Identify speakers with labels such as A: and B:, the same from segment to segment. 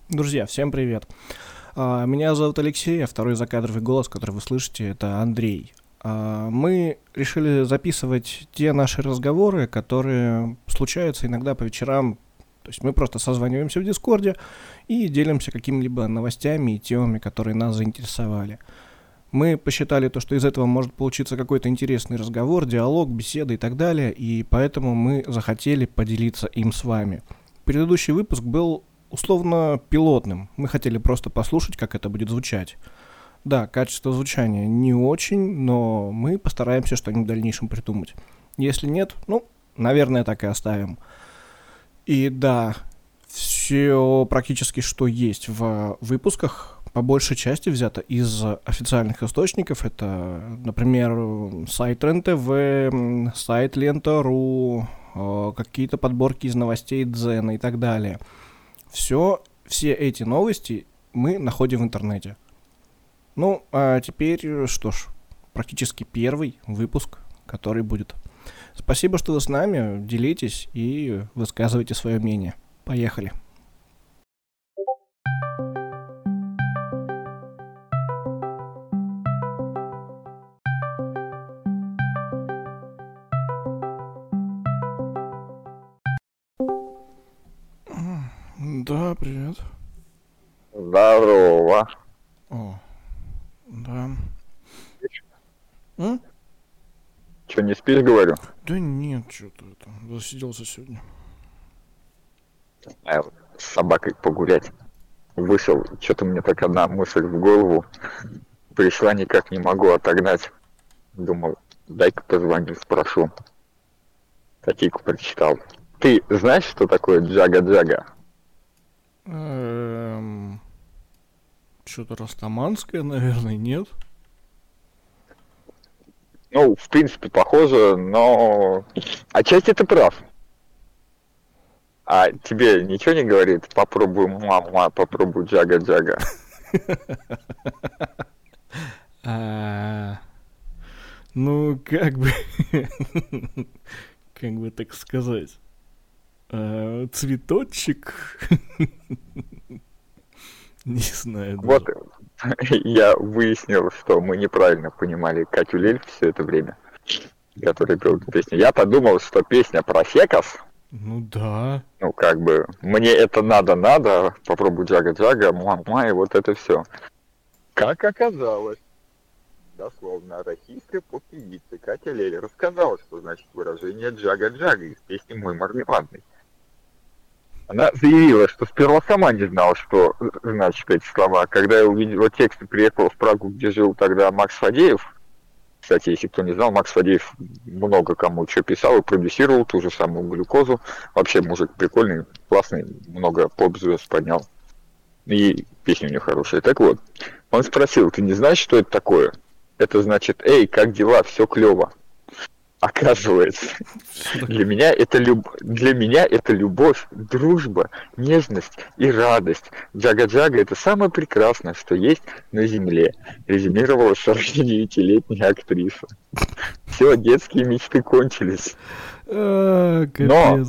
A: Друзья, всем привет. Меня зовут Алексей, а второй закадровый голос, который вы слышите, это Андрей. Мы решили записывать те наши разговоры, которые случаются иногда по вечерам. То есть мы просто созваниваемся в Дискорде и делимся какими-либо новостями и темами, которые нас заинтересовали. Мы посчитали то, что из этого может получиться какой-то интересный разговор, диалог, беседа и так далее, и поэтому мы захотели поделиться им с вами. Предыдущий выпуск был условно пилотным. Мы хотели просто послушать, как это будет звучать. Да, качество звучания не очень, но мы постараемся что-нибудь в дальнейшем придумать. Если нет, наверное, так и оставим. И да, все практически, что есть в выпусках, по большей части взято из официальных источников. Это, например, сайт РЕН-ТВ, сайт Лента.ру, какие-то подборки из новостей Дзена и так далее. Все эти новости мы находим в интернете. А теперь, что ж, практически первый выпуск, который будет. Спасибо, что вы с нами, делитесь и высказывайте свое мнение. Поехали. Да, привет.
B: Здорово.
A: О, да.
B: Че, не спишь, говорю?
A: Да нет, что-то засиделся сегодня.
B: С собакой погулять. Вышел, что-то мне так одна мысль в голову пришла, никак не могу отогнать. Думал, дай-ка позвоню, спрошу. Статейку прочитал. Ты знаешь, что такое джага-джага?
A: Что-то растаманское, наверное, нет?
B: В принципе, похоже, но отчасти ты прав. А тебе ничего не говорит? Попробуй мама, попробуй джага-джага.
A: Как бы так сказать, цветочек, не знаю.
B: Вот я выяснил, что мы неправильно понимали Катю Лель все это время, который пел эту песню. Я подумал, что песня про Секас.
A: Да.
B: Мне это надо, попробуй джага-джага, муа-муа, и вот это все. Как оказалось, дословно, российская поп-певица Катя Лель рассказала, что значит выражение джага-джага из песни «Мой мармеладный». Она заявила, что сперва сама не знала, что значит эти слова. Когда я увидела текст и приехала в Прагу, где жил тогда Макс Фадеев, кстати, если кто не знал, Макс Фадеев много кому что писал и продюсировал ту же самую глюкозу. Вообще мужик прикольный, классный, много поп-звезд поднял. И песня у него хорошая. Так вот, он спросил, ты не знаешь, что это такое? Это значит, эй, как дела, все клево. Оказывается, для меня это любовь, дружба, нежность и радость. Джага-джага — это самое прекрасное, что есть на земле, резюмировала 49-летняя актриса. Все, детские мечты кончились. Но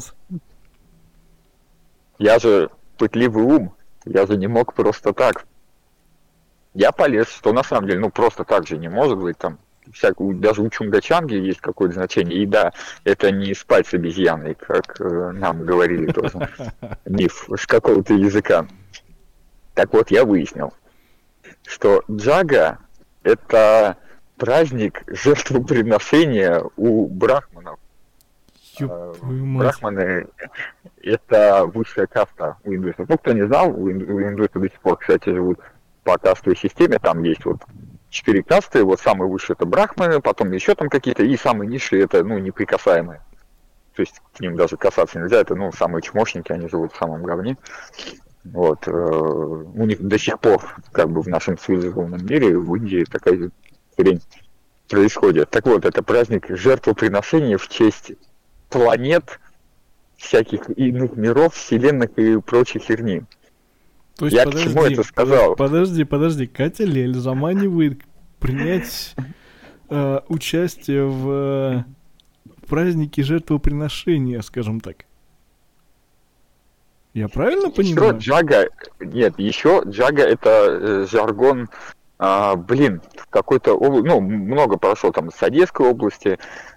B: я же пытливый ум, я же не мог просто так. Я полез, что на самом деле, просто так же не может быть там. Даже у Чунгачанги есть какое-то значение. И да, это не спать с обезьяной, как нам говорили тоже. Миф с какого-то языка. Так вот, я выяснил, что джага — это праздник жертвоприношения у брахманов. Брахманы — это высшая каста у индусов. Кто не знал, у индусов до сих пор, кстати, живут по кастовой системе. Там есть 4 касты, самый высший — это брахманы, потом еще там какие-то, и самые низшие — это, неприкасаемые. То есть к ним даже касаться нельзя, это, самые чмошники, они живут в самом говне. У них до сих пор, в нашем цивилизованном мире, в Индии такая хрень происходит. Так вот, это праздник жертвоприношения в честь планет, всяких иных миров, вселенных и прочей херни.
A: То есть, к чему это сказал? Подожди, Катя Лель заманивает принять участие в празднике жертвоприношения, скажем так. Я правильно
B: Еще
A: понимаю?
B: Джага, нет, еще Джага это жаргон, какой-то, много прошло там с Одесской области,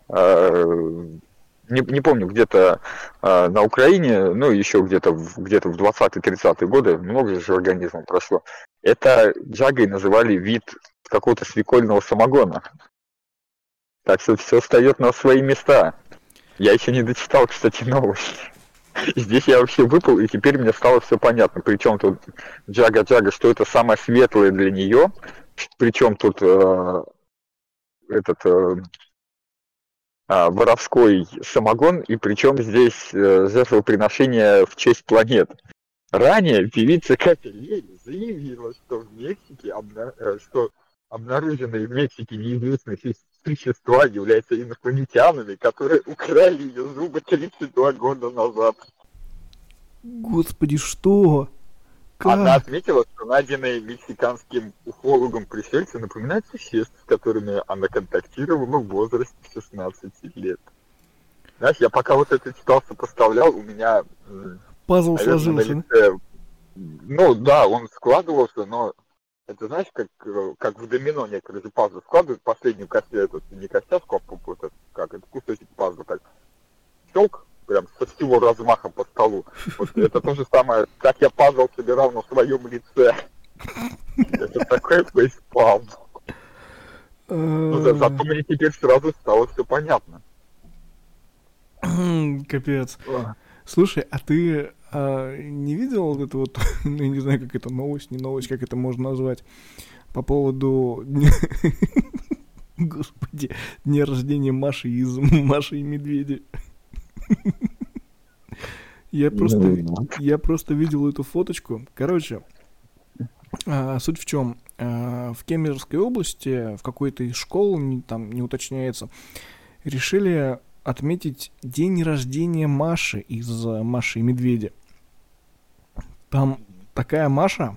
B: не помню, где-то на Украине, ну, еще где-то в 20-30-е годы, много же организмов прошло. Это Джагой называли вид какого-то свекольного самогона. Так что все встает на свои места. Я еще не дочитал, кстати, новость. Здесь я вообще выпал, и теперь мне стало все понятно. Причем тут Джага, что это самое светлое для нее. Причем тут воровской самогон, и причем здесь жертвоприношение в честь планет. Ранее певица Катя Лель заявила, что в Мексике что обнаруженные в Мексике неизвестные существа являются инопланетянами, которые украли ее зубы 32 года назад.
A: Господи, что?
B: Она
A: Как?
B: отметила, что найденные мексиканским уфологом пришельцы напоминают существ, с которыми она контактировала в возрасте 16 лет. Знаешь, я пока вот это читал, сопоставлял, у меня,
A: Пазл
B: наверное, на
A: сложился.
B: лице... Ну да, он складывался, но это знаешь, как в домино некоторые же пазлы складывают последнюю костяшку, не костяшку, а как это кусочек пазла, так щелк, прям со всего размаха по столу. Вот это то же самое, как я пазл собирал на своем лице. Это такой фейспалм. Ну, зато мне теперь сразу стало все понятно.
A: Капец. Слушай, а ты не видел вот это вот, ну, я не знаю, как это новость, не новость, как это можно назвать, по поводу, господи, дня рождения Маши из «Маши и медведи». Я просто видел эту фоточку. Короче, суть в чем? В Кемеровской области, в какой-то из школ, там не уточняется, решили отметить день рождения Маши из «Маши и медведя». Там такая Маша.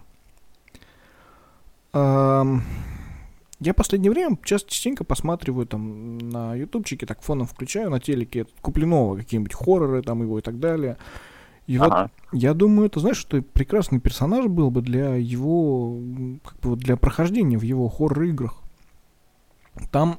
A: Я в последнее время частенько посматриваю там на ютубчике, так фоном включаю на телеке Куплинова, какие-нибудь хорроры там его и так далее. И вот я думаю, это, знаешь, что прекрасный персонаж был бы для его, как бы, для прохождения в его хоррор-играх. Там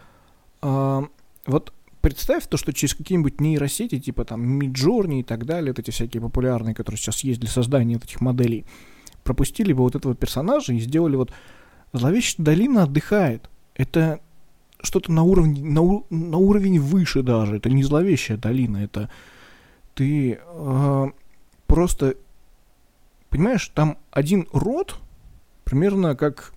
A: вот представь то, что через какие-нибудь нейросети, типа там Midjourney и так далее, вот эти всякие популярные, которые сейчас есть для создания вот этих моделей, пропустили бы вот этого персонажа и сделали вот «Зловещая долина отдыхает». Это что-то на уровень выше даже. Это не «Зловещая долина», это ты просто понимаешь, там один род примерно как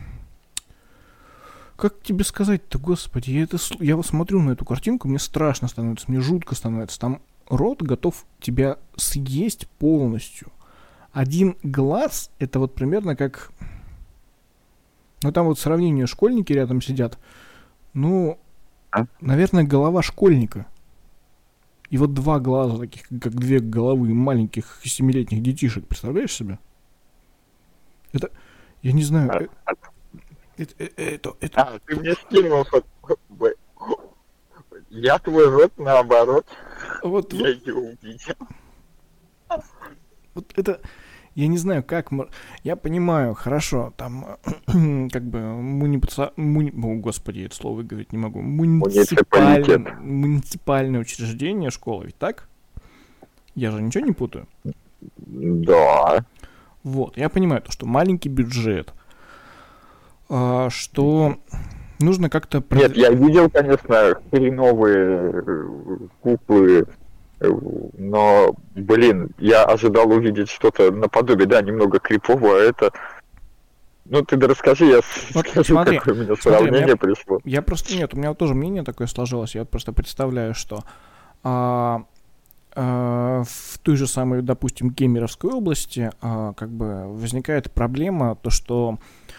A: тебе сказать-то, господи, я вот смотрю на эту картинку, мне страшно становится, мне жутко становится. Там рот готов тебя съесть полностью. Один глаз, это вот примерно как... Ну, там вот сравнение, школьники рядом сидят. Ну, наверное, голова школьника. И вот два глаза таких, как две головы маленьких 7-летних детишек. Представляешь себе? Это, я не знаю...
B: ты мне скинул. Я твой рот наоборот.
A: Вот,
B: я ее увидел.
A: Вот это... Я не знаю, как... Я понимаю, хорошо, там, как бы, господи, это слово выговорить не могу. Муниципальное учреждение школы, ведь так? Я же ничего не путаю?
B: Да.
A: Вот, я понимаю, то, что маленький бюджет, что нужно как-то...
B: Нет, я видел, конечно, хреновые куклы, но, я ожидал увидеть что-то наподобие, да, немного крипового, а это... Ну, ты расскажи, я скажу,
A: смотри,
B: какое у меня сравнение пришло.
A: Я просто... Нет, у меня тоже мнение такое сложилось, я просто представляю, что в той же самой, допустим, Кемеровской области как бы возникает проблема, то, что,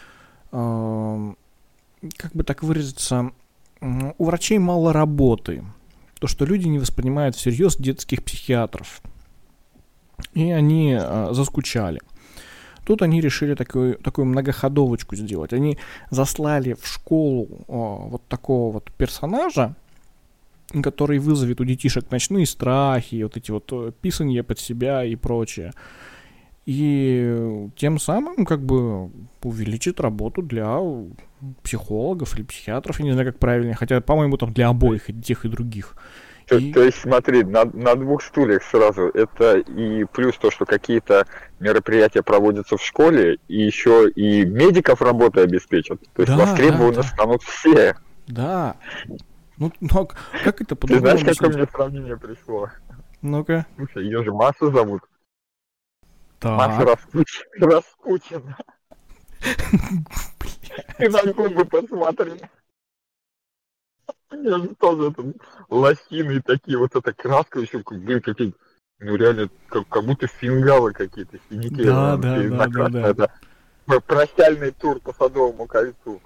A: как бы так выразиться, у врачей мало работы. То, что люди не воспринимают всерьез детских психиатров. И они заскучали. Тут они решили такую многоходовочку сделать. Они заслали в школу вот такого вот персонажа, который вызовет у детишек ночные страхи, вот эти вот писанья под себя и прочее. И тем самым как бы увеличит работу для психологов или психиатров, я не знаю, как правильно, хотя, по-моему, там для обоих, и тех, и других.
B: То есть, смотри, на двух стульях сразу. Это и плюс то, что какие-то мероприятия проводятся в школе, и еще и медиков работы обеспечат. То есть востребованы станут все.
A: Да. Ну как это по-другому?
B: Ты знаешь, какое мне сравнение пришло?
A: Ну-ка.
B: Слушай, ее же Машу зовут.
A: Так.
B: Маша Распутина. Ты на губы посмотри. Я же тоже там лосины такие, вот эта краска еще, блин, какие, ну реально, как будто фингалы какие-то, синяки.
A: Да.
B: Это прощальный тур по Садовому кольцу.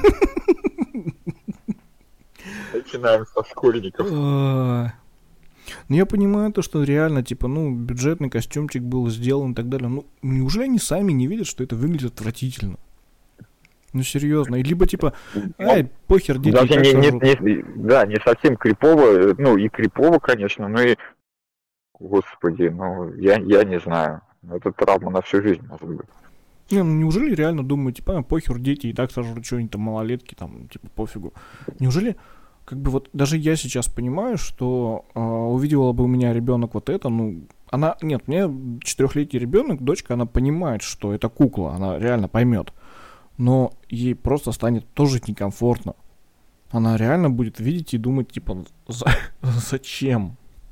B: Начинаем со школьников.
A: Ну, я понимаю то, что реально, типа, бюджетный костюмчик был сделан и так далее. Ну, неужели они сами не видят, что это выглядит отвратительно? Ну, серьезно. Либо, типа, похер, дети
B: даже
A: не
B: совсем крипово, и крипово, конечно, но и, господи, я не знаю. Это травма на всю жизнь, может быть.
A: Неужели реально думают, типа, похер, дети и так сожрут что-нибудь там, малолетки, там, типа, пофигу. Неужели... Как бы вот даже я сейчас понимаю, что увидела бы у меня ребенок вот это, она, нет, у меня 4-летний ребенок, дочка, она понимает, что это кукла, она реально поймет, но ей просто станет тоже некомфортно. Она реально будет видеть и думать, типа, зачем?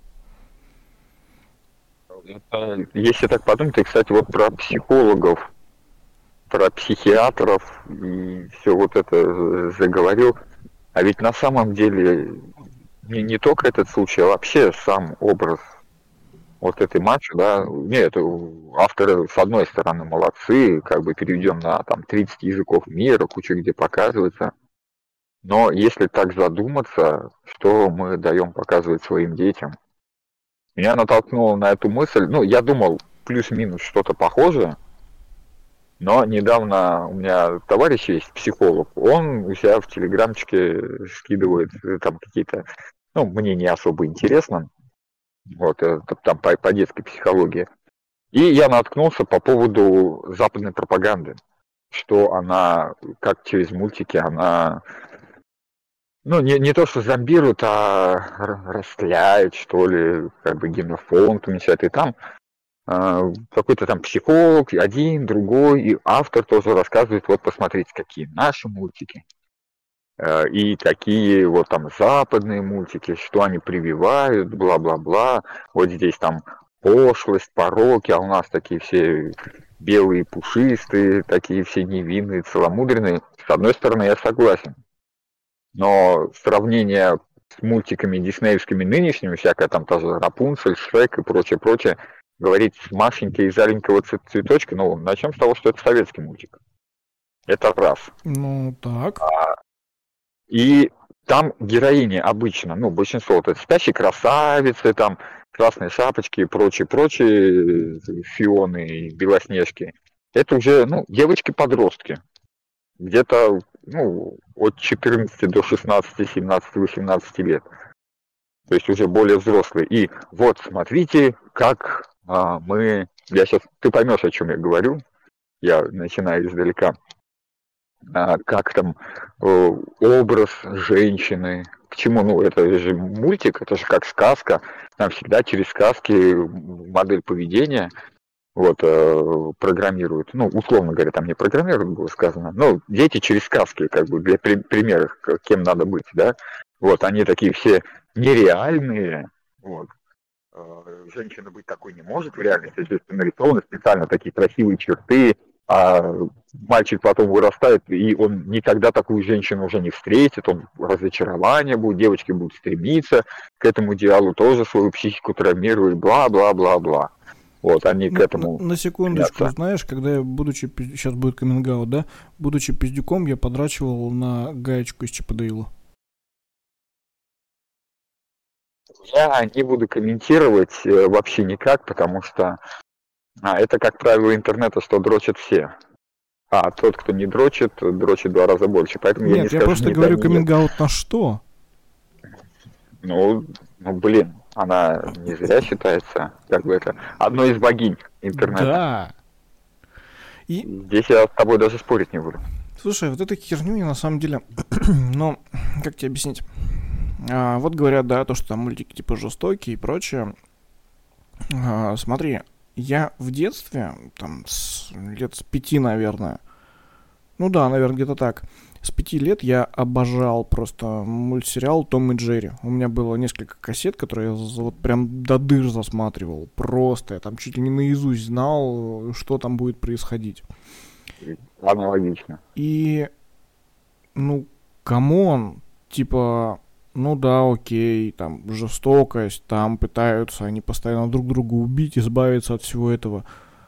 B: Если так подумать, и, кстати, вот про психологов, про психиатров и все вот это заговорил. А ведь на самом деле не только этот случай, а вообще сам образ вот этой Мачо, да, нет, авторы с одной стороны молодцы, как бы переведем на там 30 языков мира, куча где показывается. Но если так задуматься, что мы даем показывать своим детям? Меня натолкнуло на эту мысль, я думал плюс-минус что-то похожее. Но недавно у меня товарищ есть, психолог, он у себя в телеграмчике скидывает там какие-то, мне не особо интересно, вот, там по детской психологии. И я наткнулся по поводу западной пропаганды, что она, как через мультики, она, не то что зомбирует, а растляет, что ли, как бы генофонд уменьшает, и там какой-то там психолог, один, другой, и автор тоже рассказывает, вот посмотрите, какие наши мультики, и какие вот там западные мультики, что они прививают, бла-бла-бла, вот здесь там пошлость, пороки, а у нас такие все белые, пушистые, такие все невинные, целомудренные. С одной стороны, я согласен, но сравнение с мультиками диснеевскими нынешними, всякая там тоже Рапунцель, Шрек и прочее, говорить с Машеньки из аленького цветочка, начнем с того, что это советский мультик. Это раз.
A: Так.
B: И там героини обычно, большинство, вот это спящие красавицы, там, красные шапочки и прочие, Фионы и Белоснежки. Это уже, девочки-подростки. Где-то, от 14 до 16, 17, 18 лет. То есть уже более взрослые. И вот, смотрите, как ты поймешь, о чем я говорю, я начинаю издалека, как там образ женщины, к чему, это же мультик, это же как сказка, там всегда через сказки модель поведения программируют, условно говоря, там не программируют, было сказано, но дети через сказки, как бы для примера, кем надо быть, да, они такие все нереальные, женщина быть такой не может в реальности, то есть нарисованы специально такие красивые черты, а мальчик потом вырастает, и он никогда такую женщину уже не встретит, он разочарование будет, девочки будут стремиться к этому идеалу, тоже свою психику травмируют, бла-бла-бла-бла. Они к этому...
A: На секундочку, знаешь, когда я, сейчас будет каминг-аут, да, будучи пиздюком, я подрачивал на гаечку из Чип и Дейла.
B: Я не буду комментировать вообще никак, потому что это, как правило, интернета, что дрочат все. А тот, кто не дрочит, дрочит в 2 раза больше. Поэтому
A: Нет, я просто говорю каминг-аут на что?
B: блин, она не зря считается, как бы это, одной из богинь интернета.
A: Да. И...
B: Здесь я с тобой даже спорить не буду.
A: Слушай, вот эту херню я на самом деле, ну, как тебе объяснить? Вот говорят, да, то, что там мультики типа жестокие и прочее. Смотри, я в детстве, там, лет с 5, наверное, ну да, наверное, где-то так, с 5 лет я обожал просто мультсериал «Том и Джерри». У меня было несколько кассет, которые я вот прям до дыр засматривал. Просто я там чуть ли не наизусть знал, что там будет происходить.
B: Аналогично.
A: И, ну, камон, типа, ну да, окей, там, жестокость, там пытаются они постоянно друг друга убить, избавиться от всего этого.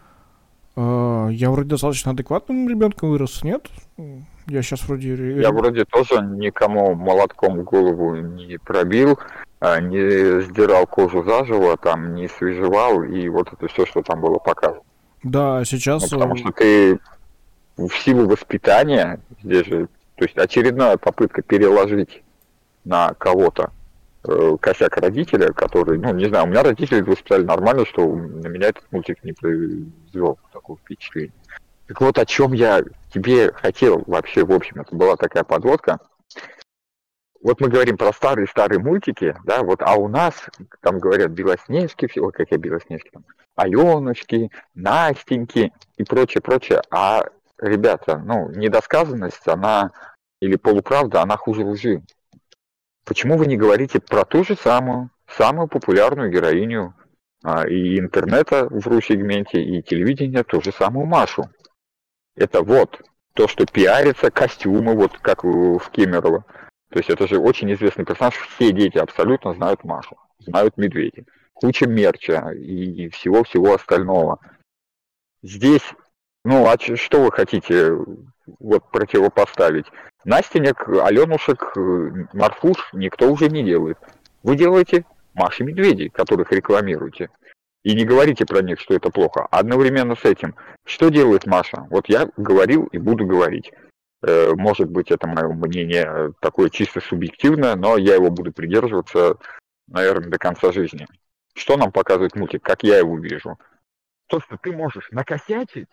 A: Я вроде достаточно адекватным ребенком вырос, нет? Я сейчас вроде...
B: Я вроде тоже никому молотком голову не пробил, не сдирал кожу заживо, там, не свежевал, и вот это все, что там было показано.
A: Да, сейчас...
B: Потому что ты в силу воспитания, здесь же, то есть очередная попытка переложить на кого-то косяк родителя, который, ну, не знаю, у меня родители воспитали нормально, что на меня этот мультик не произвел такого впечатления. Так вот, о чем я тебе хотел вообще, в общем, это была такая подводка. Вот мы говорим про старые-старые мультики, да, вот, а у нас, там говорят, Белоснежки, всего, какие Белоснежки, там, Аленочки, Настеньки и прочее. А, ребята, ну, недосказанность, она, или полуправда, она хуже лжи. Почему вы не говорите про ту же самую популярную героиню и интернета в ру-сегменте, и телевидения, ту же самую Машу? Это вот то, что пиарится, костюмы, вот как в Кемерово. То есть это же очень известный персонаж, все дети абсолютно знают Машу, знают Медведя. Куча мерча и всего-всего остального. Здесь, ну, а что вы хотите вот противопоставить? Настенек, Аленушек, Марфуш никто уже не делает. Вы делаете Маши Медведей, которых рекламируете. И не говорите про них, что это плохо. Одновременно с этим, что делает Маша? Вот я говорил и буду говорить. Может быть, это мое мнение такое чисто субъективное, но я его буду придерживаться, наверное, до конца жизни. Что нам показывает мультик, как я его вижу? То, что ты можешь накосячить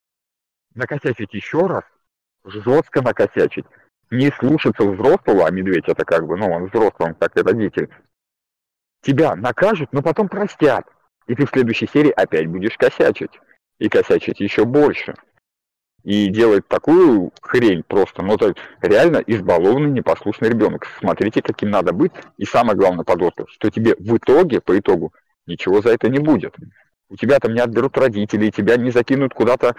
B: еще раз, жестко накосячить, не слушаться взрослого, а медведь это как бы, ну, он взрослый, он как и родитель, тебя накажут, но потом простят. И ты в следующей серии опять будешь косячить. И косячить еще больше. И делать такую хрень просто, ну, это реально избалованный, непослушный ребенок. Смотрите, каким надо быть. И самое главное, подводка, что тебе в итоге, по итогу, ничего за это не будет. У тебя там не отберут родители, тебя не закинут куда-то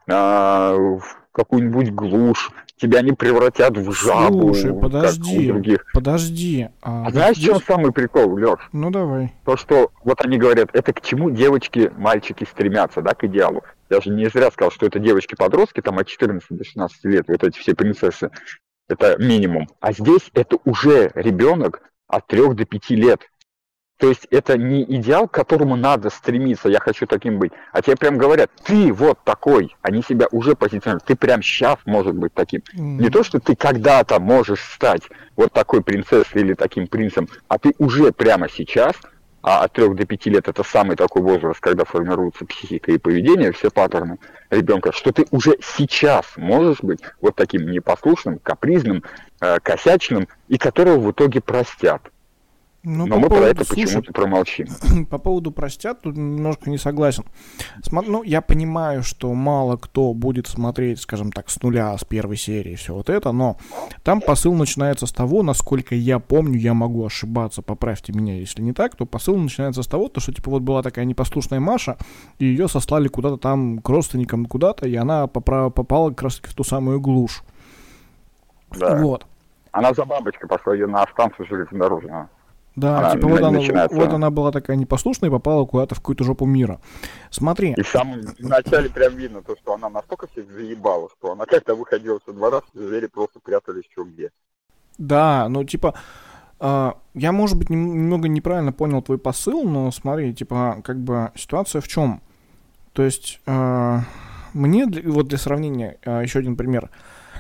B: в какую-нибудь глушь, тебя не превратят в жабу.
A: Слушай, подожди.
B: А знаешь, в чем самый прикол, Лёш?
A: Ну, давай.
B: То, что вот они говорят, это к чему девочки, мальчики стремятся, да, к идеалу. Я же не зря сказал, что это девочки-подростки, там от 14 до 16 лет, вот эти все принцессы, это минимум. А здесь это уже ребенок от 3 до 5 лет. То есть это не идеал, к которому надо стремиться, я хочу таким быть. А тебе прям говорят, ты вот такой, они себя уже позиционируют, ты прям сейчас может быть таким. Не то, что ты когда-то можешь стать вот такой принцессой или таким принцем, а ты уже прямо сейчас, а от 3 до 5 лет это самый такой возраст, когда формируется психика и поведение, все паттерны ребенка, что ты уже сейчас можешь быть вот таким непослушным, капризным, косячным, и которого в итоге простят.
A: Ну,
B: но мы про это почему-то промолчим.
A: По поводу простят, тут немножко не согласен. Ну, я понимаю, что мало кто будет смотреть, скажем так, с нуля, с первой серии, все вот это, но там посыл начинается с того, насколько я помню, я могу ошибаться, поправьте меня, если не так, то посыл начинается с того, что, типа, вот была такая непослушная Маша, и ее сослали куда-то там к родственникам куда-то, и она попала как раз-таки в ту самую глушь.
B: Да.
A: Вот.
B: Она за бабочкой пошла, ее на станцию железнодорожную.
A: Да, она, типа вот она была такая непослушная и попала куда-то в какую-то жопу мира. Смотри.
B: И в самом начале прям видно то, что она настолько всех заебала, что она как-то выходила со двора, звери просто прятались что где.
A: Да, ну типа, я, может быть, немного неправильно понял твой посыл, но смотри, типа, как бы ситуация в чем? То есть, мне, вот для сравнения, еще один пример.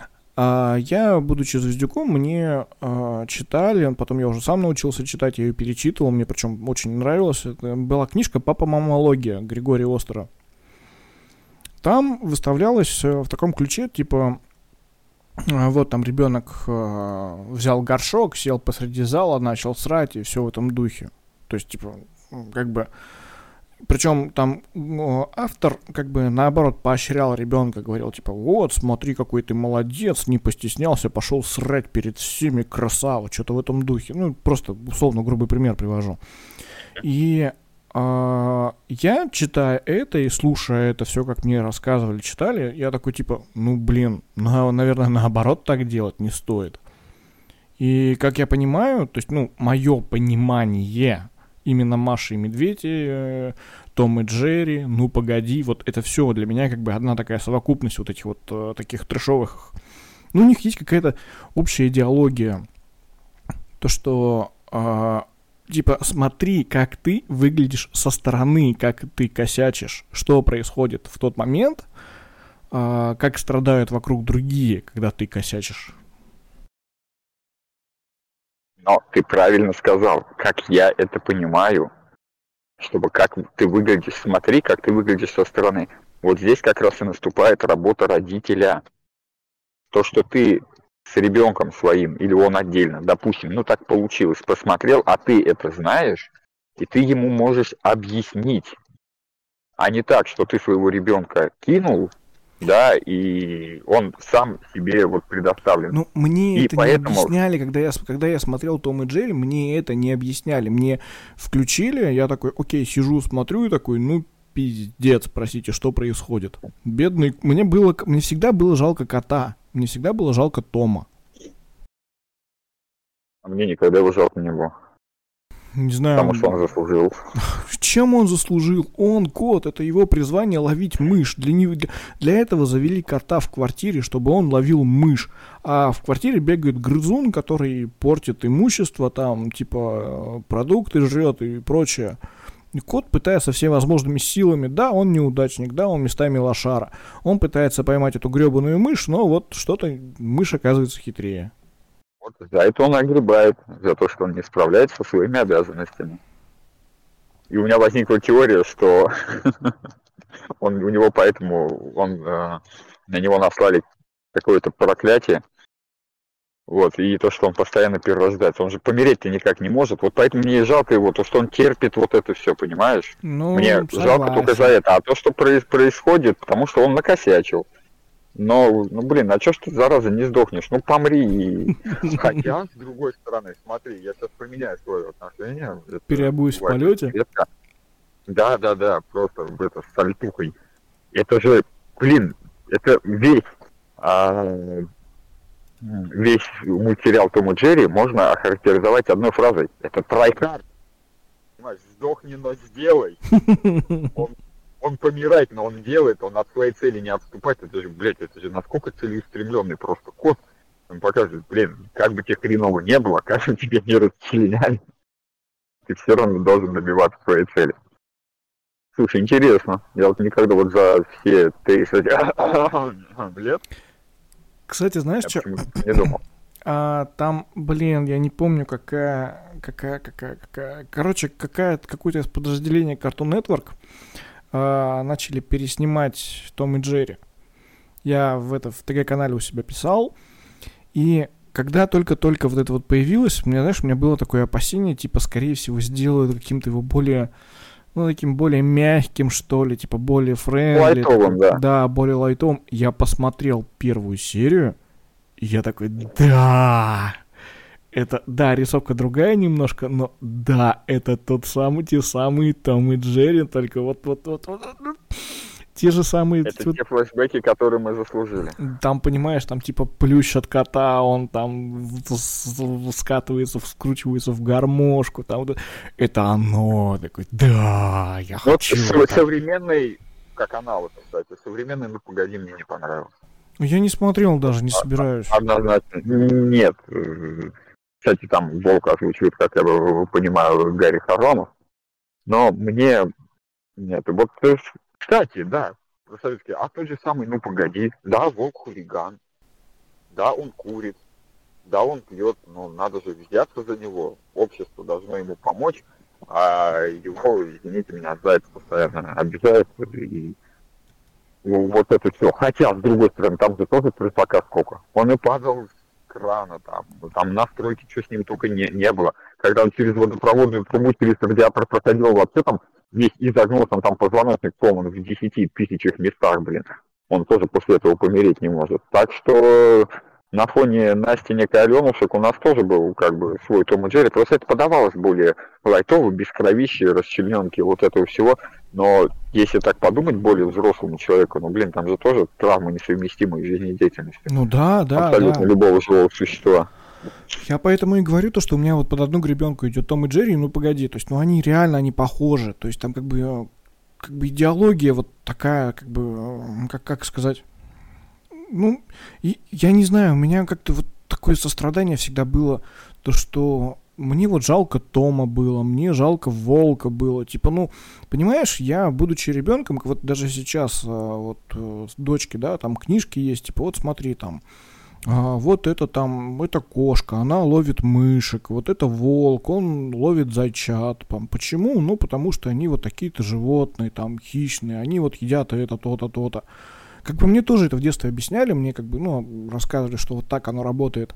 A: Я, будучи звездюком, мне читали, потом я уже сам научился читать, я ее перечитывал, мне причем очень нравилось. Это была книжка «Папа-мамология» Григория Остера. Там выставлялось в таком ключе, типа, вот там ребенок взял горшок, сел посреди зала, начал срать, и все в этом духе. То есть, типа, как бы... Причем там автор, как бы, наоборот, поощрял ребенка, говорил, типа, вот, смотри, какой ты молодец, не постеснялся, пошел срать перед всеми, красава, что-то в этом духе. Ну, просто, условно, грубый пример привожу. И я, читая это и слушая это все, как мне рассказывали, читали, я такой, типа, ну, блин, наверное, наоборот так делать не стоит. И, как я понимаю, то есть, ну, мое понимание... Именно Маша и Медведь, Том и Джерри, ну погоди, вот это все для меня как бы одна такая совокупность вот этих вот таких трэшовых. Ну, у них есть какая-то общая идеология. То, что типа смотри, как ты выглядишь со стороны, как ты косячишь, что происходит в тот момент, как страдают вокруг другие, когда ты косячишь.
B: Но ты правильно сказал, как я это понимаю, чтобы как ты выглядишь, смотри, как ты выглядишь со стороны. Вот здесь как раз и наступает работа родителя. То, что ты с ребенком своим, или он отдельно, допустим, ну так получилось, посмотрел, а ты это знаешь, и ты ему можешь объяснить, а не так, что ты своего ребенка кинул, да, и он сам себе вот предоставлен.
A: Ну, мне и это поэтому... не объясняли, когда я смотрел Том и Джерри, мне это не объясняли. Мне включили, я такой, окей, сижу, смотрю, и такой, ну, пиздец, простите, что происходит? Бедный, мне всегда было жалко кота, мне всегда было жалко Тома.
B: А мне никогда его жалко не было.
A: Не знаю.
B: Потому что он заслужил.
A: Чем он заслужил? Он кот, это его призвание ловить мышь. Для этого завели кота в квартире, чтобы он ловил мышь. А в квартире бегает грызун, который портит имущество, там, типа, продукты жрет и прочее. И кот пытается всевозможными силами, да, он неудачник, да, он местами лошара. Он пытается поймать эту гребаную мышь, но вот что-то мышь оказывается хитрее.
B: Вот за это он огребает, за то, что он не справляется со своими обязанностями. И у меня возникла теория, что у него поэтому на него наслали какое-то проклятие. Вот, и то, что он постоянно перерождается. Он же помереть-то никак не может. Вот поэтому мне и жалко его, то, что он терпит вот это все, понимаешь?
A: Ну,
B: мне
A: согласен.
B: Жалко только за это. А то, что происходит, потому что он накосячил. Но, ну блин, а чё ж ты, зараза, не сдохнешь? Ну помри. Хотя, с другой стороны, смотри, я сейчас поменяю свое отношение.
A: Переобуюсь в полете?
B: Да, просто с сальтухой. Это же, блин, это весь мультсериал Том и Джерри можно охарактеризовать одной фразой. Это трайхард. Понимаешь, сдохни, но сделай. Он помирает, но он делает, он от своей цели не отступает. Это же, блядь, это же насколько целеустремленный просто кот. Он показывает, блин, как бы тебе хреново не было, как бы тебе не расчленяли, ты все равно должен добиваться своей цели. Слушай, интересно. Я вот никогда вот за все 30 лет...
A: Кстати, знаешь, что?
B: Не думал.
A: Там, блин, я не помню, какая... Короче, какое-то из подразделений Cartoon Network начали переснимать Том и Джерри. Я в ТГ-канале у себя писал. И когда только-только вот это вот появилось, у меня было такое опасение, типа, скорее всего, сделают каким-то его более... Ну, таким более мягким, что ли, типа, более френдли.
B: Лайтовым, да.
A: Да, более лайтовым. Я посмотрел первую серию, и я такой, да! Это, да, рисовка другая немножко, но да, это те самые Том и Джерри, только вот. Те же самые...
B: Это те флешбеки, которые мы заслужили.
A: Там, понимаешь, там типа плющ от кота, он там скатывается, вскручивается в гармошку. Там, это оно. Такой, да, я хочу.
B: Современный, как аналог, кстати, современный, ну погоди, мне не понравился.
A: Я не смотрел даже, не собираюсь.
B: Однозначно. Нет. Кстати, там Волк озвучивает, как я понимаю, Гарри Харламов. Но мне... Нет, вот... Кстати, да, советский, а тот же самый, ну погоди, да, Волк хулиган. Да, он курит, да, он пьет, но надо же взяться за него. Общество должно ему помочь, а его, извините меня, заяц постоянно обижается, и вот это все. Хотя, с другой стороны, там же тоже крысака сколько. Он и падал с крана там настройки, что с ним только не было. Когда он через водопроводную трубу, через радиатор проходил, вообще там весь изогнулся, он там позвоночник сломан в 10 тысячах местах, блин. Он тоже после этого помереть не может. Так что на фоне Настенек и Аленушек у нас тоже был как бы свой Том и Джерри. Просто это подавалось более лайтово, без кровищи, расчлененки, вот этого всего. Но если так подумать более взрослому человеку, ну, блин, там же тоже травмы несовместимые с жизнедеятельностью.
A: Ну да.
B: Абсолютно любого живого существа.
A: Я поэтому и говорю то, что у меня вот под одну гребенку идет Том и Джерри, ну погоди, то есть, ну они реально, они похожи, то есть там как бы идеология вот такая, как бы, как сказать, ну, я не знаю, у меня как-то вот такое сострадание всегда было, то что мне вот жалко Тома было, мне жалко Волка было, типа, ну, понимаешь, я, будучи ребенком, вот даже сейчас, вот, с дочки, да, там книжки есть, типа, вот смотри, там, вот это там, это кошка, она ловит мышек, вот это волк, он ловит зайчат. Почему? Ну, потому что они вот такие-то животные, там, хищные, они вот едят это, то-то, то-то. Как бы мне тоже это в детстве объясняли, мне как бы, ну, рассказывали, что вот так оно работает.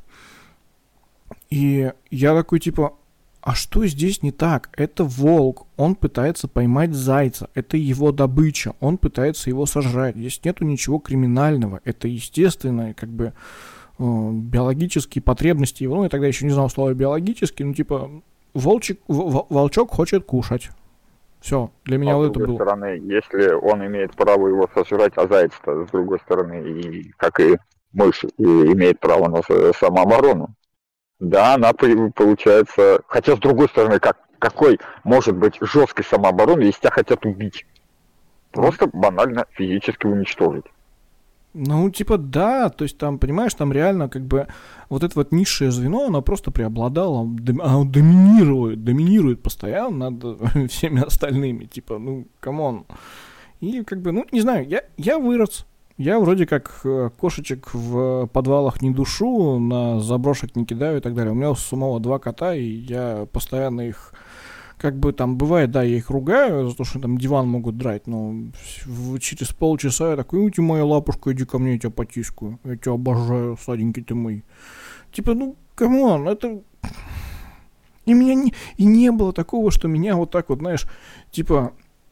A: И я такой, типа, а что здесь не так? Это волк, он пытается поймать зайца, это его добыча, он пытается его сожрать. Здесь нету ничего криминального, это естественное, как бы, биологические потребности его, ну, я тогда еще не знал слова биологический, ну, типа, волчок хочет кушать. Все, для меня вот это было.
B: С другой стороны, если он имеет право его сожрать, а заяц-то, с другой стороны, и, как и мышь, и имеет право на самооборону. Да, она получается... Хотя, с другой стороны, какой может быть жесткой самообороны, если тебя хотят убить? Просто банально физически уничтожить.
A: Ну, типа, да, то есть там, понимаешь, там реально как бы вот это вот низшее звено, оно просто преобладало, оно доминирует постоянно над всеми остальными, типа, ну, камон. И как бы, ну, не знаю, я вырос, я вроде как кошечек в подвалах не душу, на заброшек не кидаю и так далее. У меня у самого 2 кота, и я постоянно их... Как бы там бывает, да, я их ругаю за то, что там диван могут драть, но через полчаса я такой, ты моя лапушка, иди ко мне, я тебя потискаю, я тебя обожаю, сладенький ты мой. Типа, ну, камон, это... И меня не было такого, что меня вот так вот, знаешь, типа...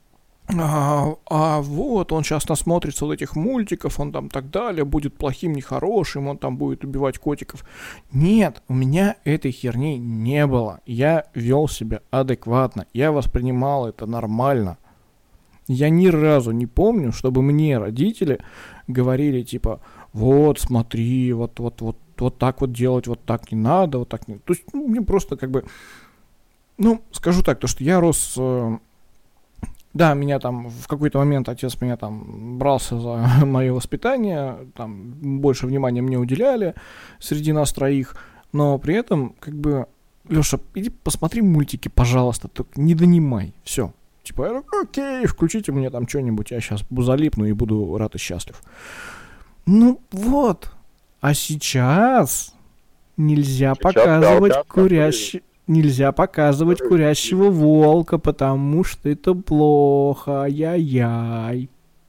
A: Вот, он сейчас насмотрится вот этих мультиков, он там так далее, будет плохим, нехорошим, он там будет убивать котиков. Нет, у меня этой херни не было. Я вел себя адекватно, я воспринимал это нормально. Я ни разу не помню, чтобы мне родители говорили, типа, вот, смотри, вот так вот делать, вот так не надо, вот так не... То есть, ну, мне просто как бы... Ну, скажу так, то, что я рос... Да, меня там в какой-то момент отец меня там брался за мое воспитание, там больше внимания мне уделяли среди нас троих, но при этом, как бы, Леша, иди посмотри мультики, пожалуйста, только не донимай, все. Типа, я такой, окей, включите мне там что-нибудь, я сейчас залипну и буду рад и счастлив. Ну вот, а сейчас нельзя показывать Нельзя показывать курящего волка, потому что это плохо. Ай-яй-яй.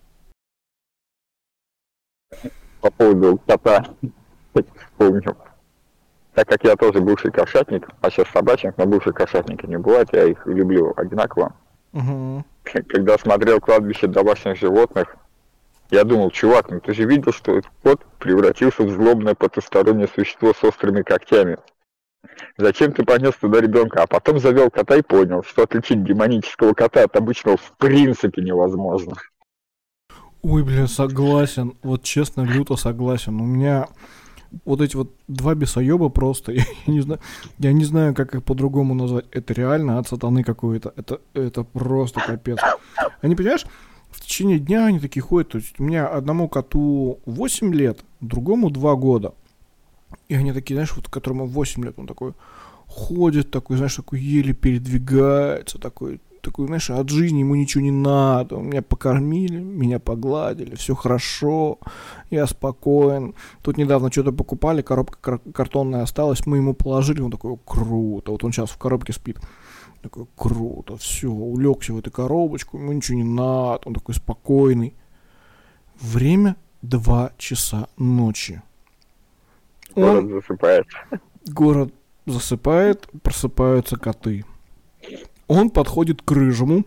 B: По поводу кота вспомнил. Так как я тоже бывший кошатник, а сейчас собачник, но бывший кошатник не бывает, я их люблю одинаково.
A: Угу.
B: Когда смотрел «Кладбище домашних животных», я думал, чувак, ну ты же видел, что этот кот превратился в злобное потустороннее существо с острыми когтями. Зачем ты понес туда ребенка? А потом завел кота и понял, что отличить демонического кота от обычного в принципе невозможно.
A: Ой, бля, согласен. Вот честно, люто согласен. У меня вот эти вот 2 бесоеба просто, я не знаю, как их по-другому назвать. Это реально от сатаны какой-то. Это просто капец. Они, понимаешь, в течение дня они такие ходят. То есть у меня одному коту 8 лет, другому 2 года. И они такие, знаешь, вот которому 8 лет, он такой ходит, такой, знаешь, такой еле передвигается, такой, знаешь, от жизни ему ничего не надо. Меня покормили, меня погладили, все хорошо. я спокоен. Тут недавно что-то покупали, коробка картонная осталась, мы ему положили, он такой, круто, вот он сейчас в коробке спит. Такой, круто, все, улегся в эту коробочку, ему ничего не надо, он такой спокойный. Время 2 часа ночи.
B: Город засыпает.
A: Город засыпает, просыпаются коты. Он подходит к рыжему.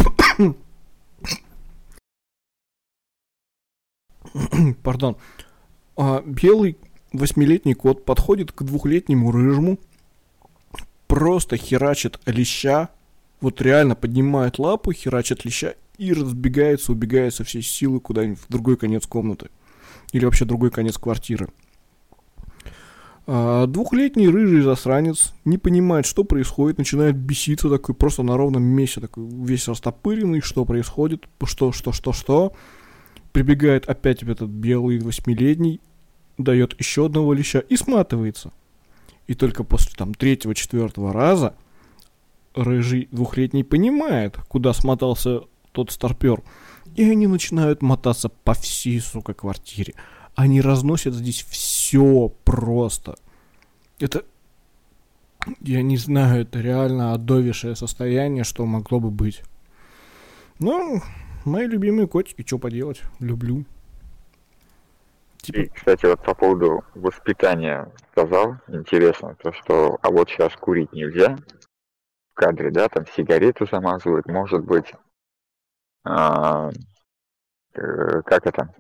A: Пардон. Белый 8-летний кот подходит к 2-летнему рыжему, просто херачит леща, вот реально поднимает лапу, херачит леща и разбегается, убегает со всей силы куда-нибудь в другой конец комнаты. Или вообще другой конец квартиры. 2-летний рыжий засранец не понимает, что происходит, начинает беситься такой просто на ровном месте, такой весь растопыренный, что происходит, что. Прибегает опять этот белый 8-летний, дает еще одного леща и сматывается. И только после там 3-4 раза рыжий 2-летний понимает, куда смотался тот старпер. И они начинают мотаться по всей, сука, квартире. Они разносят здесь все просто. Это, я не знаю, это реально отдовейшее состояние, что могло бы быть. Но мои любимые котики, что поделать, люблю.
B: И, кстати, вот по поводу воспитания сказал, интересно, то что, а вот сейчас курить нельзя в кадре, да, там сигарету замазывают, может быть, как это,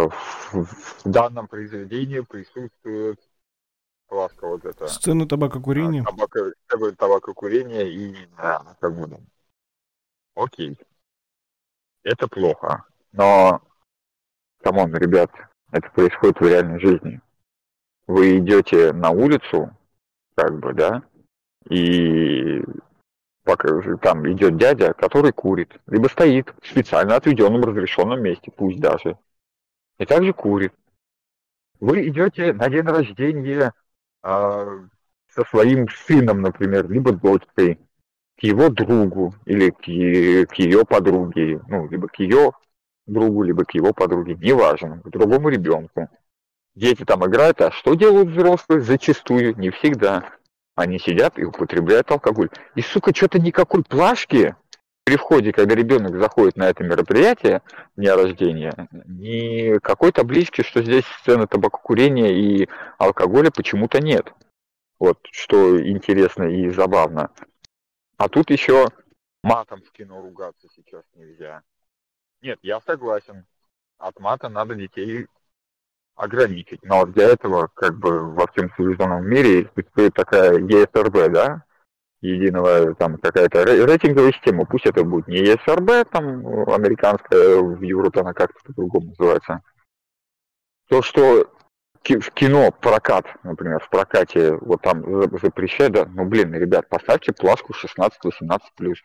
B: в данном произведении присутствует плашка вот это.
A: Сцена табакокурения.
B: Табакокурение и, да, как бы, окей, это плохо, но, камон, ребят, это происходит в реальной жизни. Вы идете на улицу, как бы, да, и там идет дядя, который курит, либо стоит в специально отведенном разрешенном месте, пусть даже, и также курит. Вы идете на день рождения со своим сыном, например, либо дочкой, к его другу или к ее подруге, ну, либо к ее другу, либо к его подруге, неважно, к другому ребенку. Дети там играют, а что делают взрослые? Зачастую, не всегда. Они сидят и употребляют алкоголь. И, сука, что-то никакой плашки при входе, когда ребенок заходит на это мероприятие, дня рождения, ни какой таблички, что здесь сцена табакокурения и алкоголя почему-то нет. Вот, что интересно и забавно. А тут еще матом в кино ругаться сейчас нельзя. Нет, я согласен. От мата надо детей ограничить. Но вот для этого, как бы, во всем цивилизованном мире существует такая ЕСРБ, да? Единого, там, какая-то рейтинговая система. Пусть это будет не ЕСРБ, там, американская, в Европе она как-то по-другому называется. То, что в кино прокат, например, в прокате вот там запрещают, да, ну, блин, ребят, поставьте плашку 16-18+.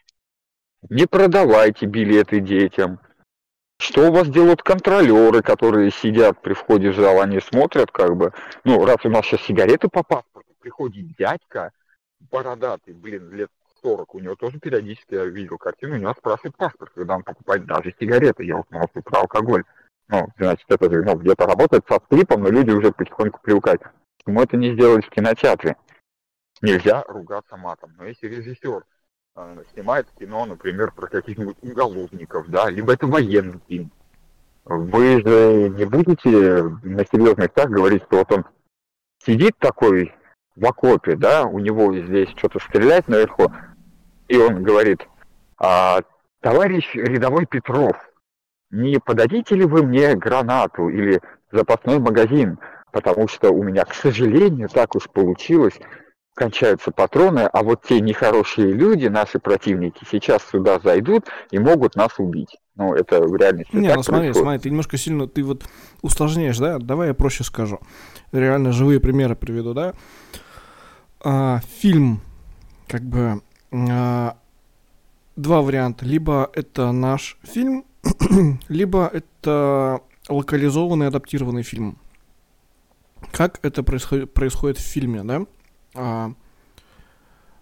B: Не продавайте билеты детям. Что у вас делают контролеры, которые сидят при входе в зал, они смотрят, как бы, ну, раз у нас сейчас сигареты по паспорту, приходит дядька, бородатый, блин, лет 40, у него тоже периодически, я видел картину, у него спрашивают паспорт, когда он покупает даже сигареты, я узнал про алкоголь. Ну, значит, это же, ну, где-то работает со скрипом, но люди уже потихоньку привыкают. Почему это не сделать в кинотеатре? Нельзя ругаться матом, но если режиссер снимает кино, например, про каких-нибудь уголовников, да, либо это военный фильм. Вы же не будете на серьезных так говорить, что вот он сидит такой в окопе, да, у него здесь что-то стреляет наверху, и он говорит: товарищ рядовой Петров, не подадите ли вы мне гранату или запасной магазин, потому что у меня, к сожалению, так уж получилось, кончаются патроны, а вот те нехорошие люди, наши противники, сейчас сюда зайдут и могут нас убить. Ну, это в реальности
A: не,
B: так
A: ну смотри,
B: происходит.
A: ты немножко сильно, ты вот усложняешь, да? Давай я проще скажу. Реально живые примеры приведу, да? Фильм, как бы, два варианта. Либо это наш фильм, либо это локализованный, адаптированный фильм. Как это происходит в фильме, да?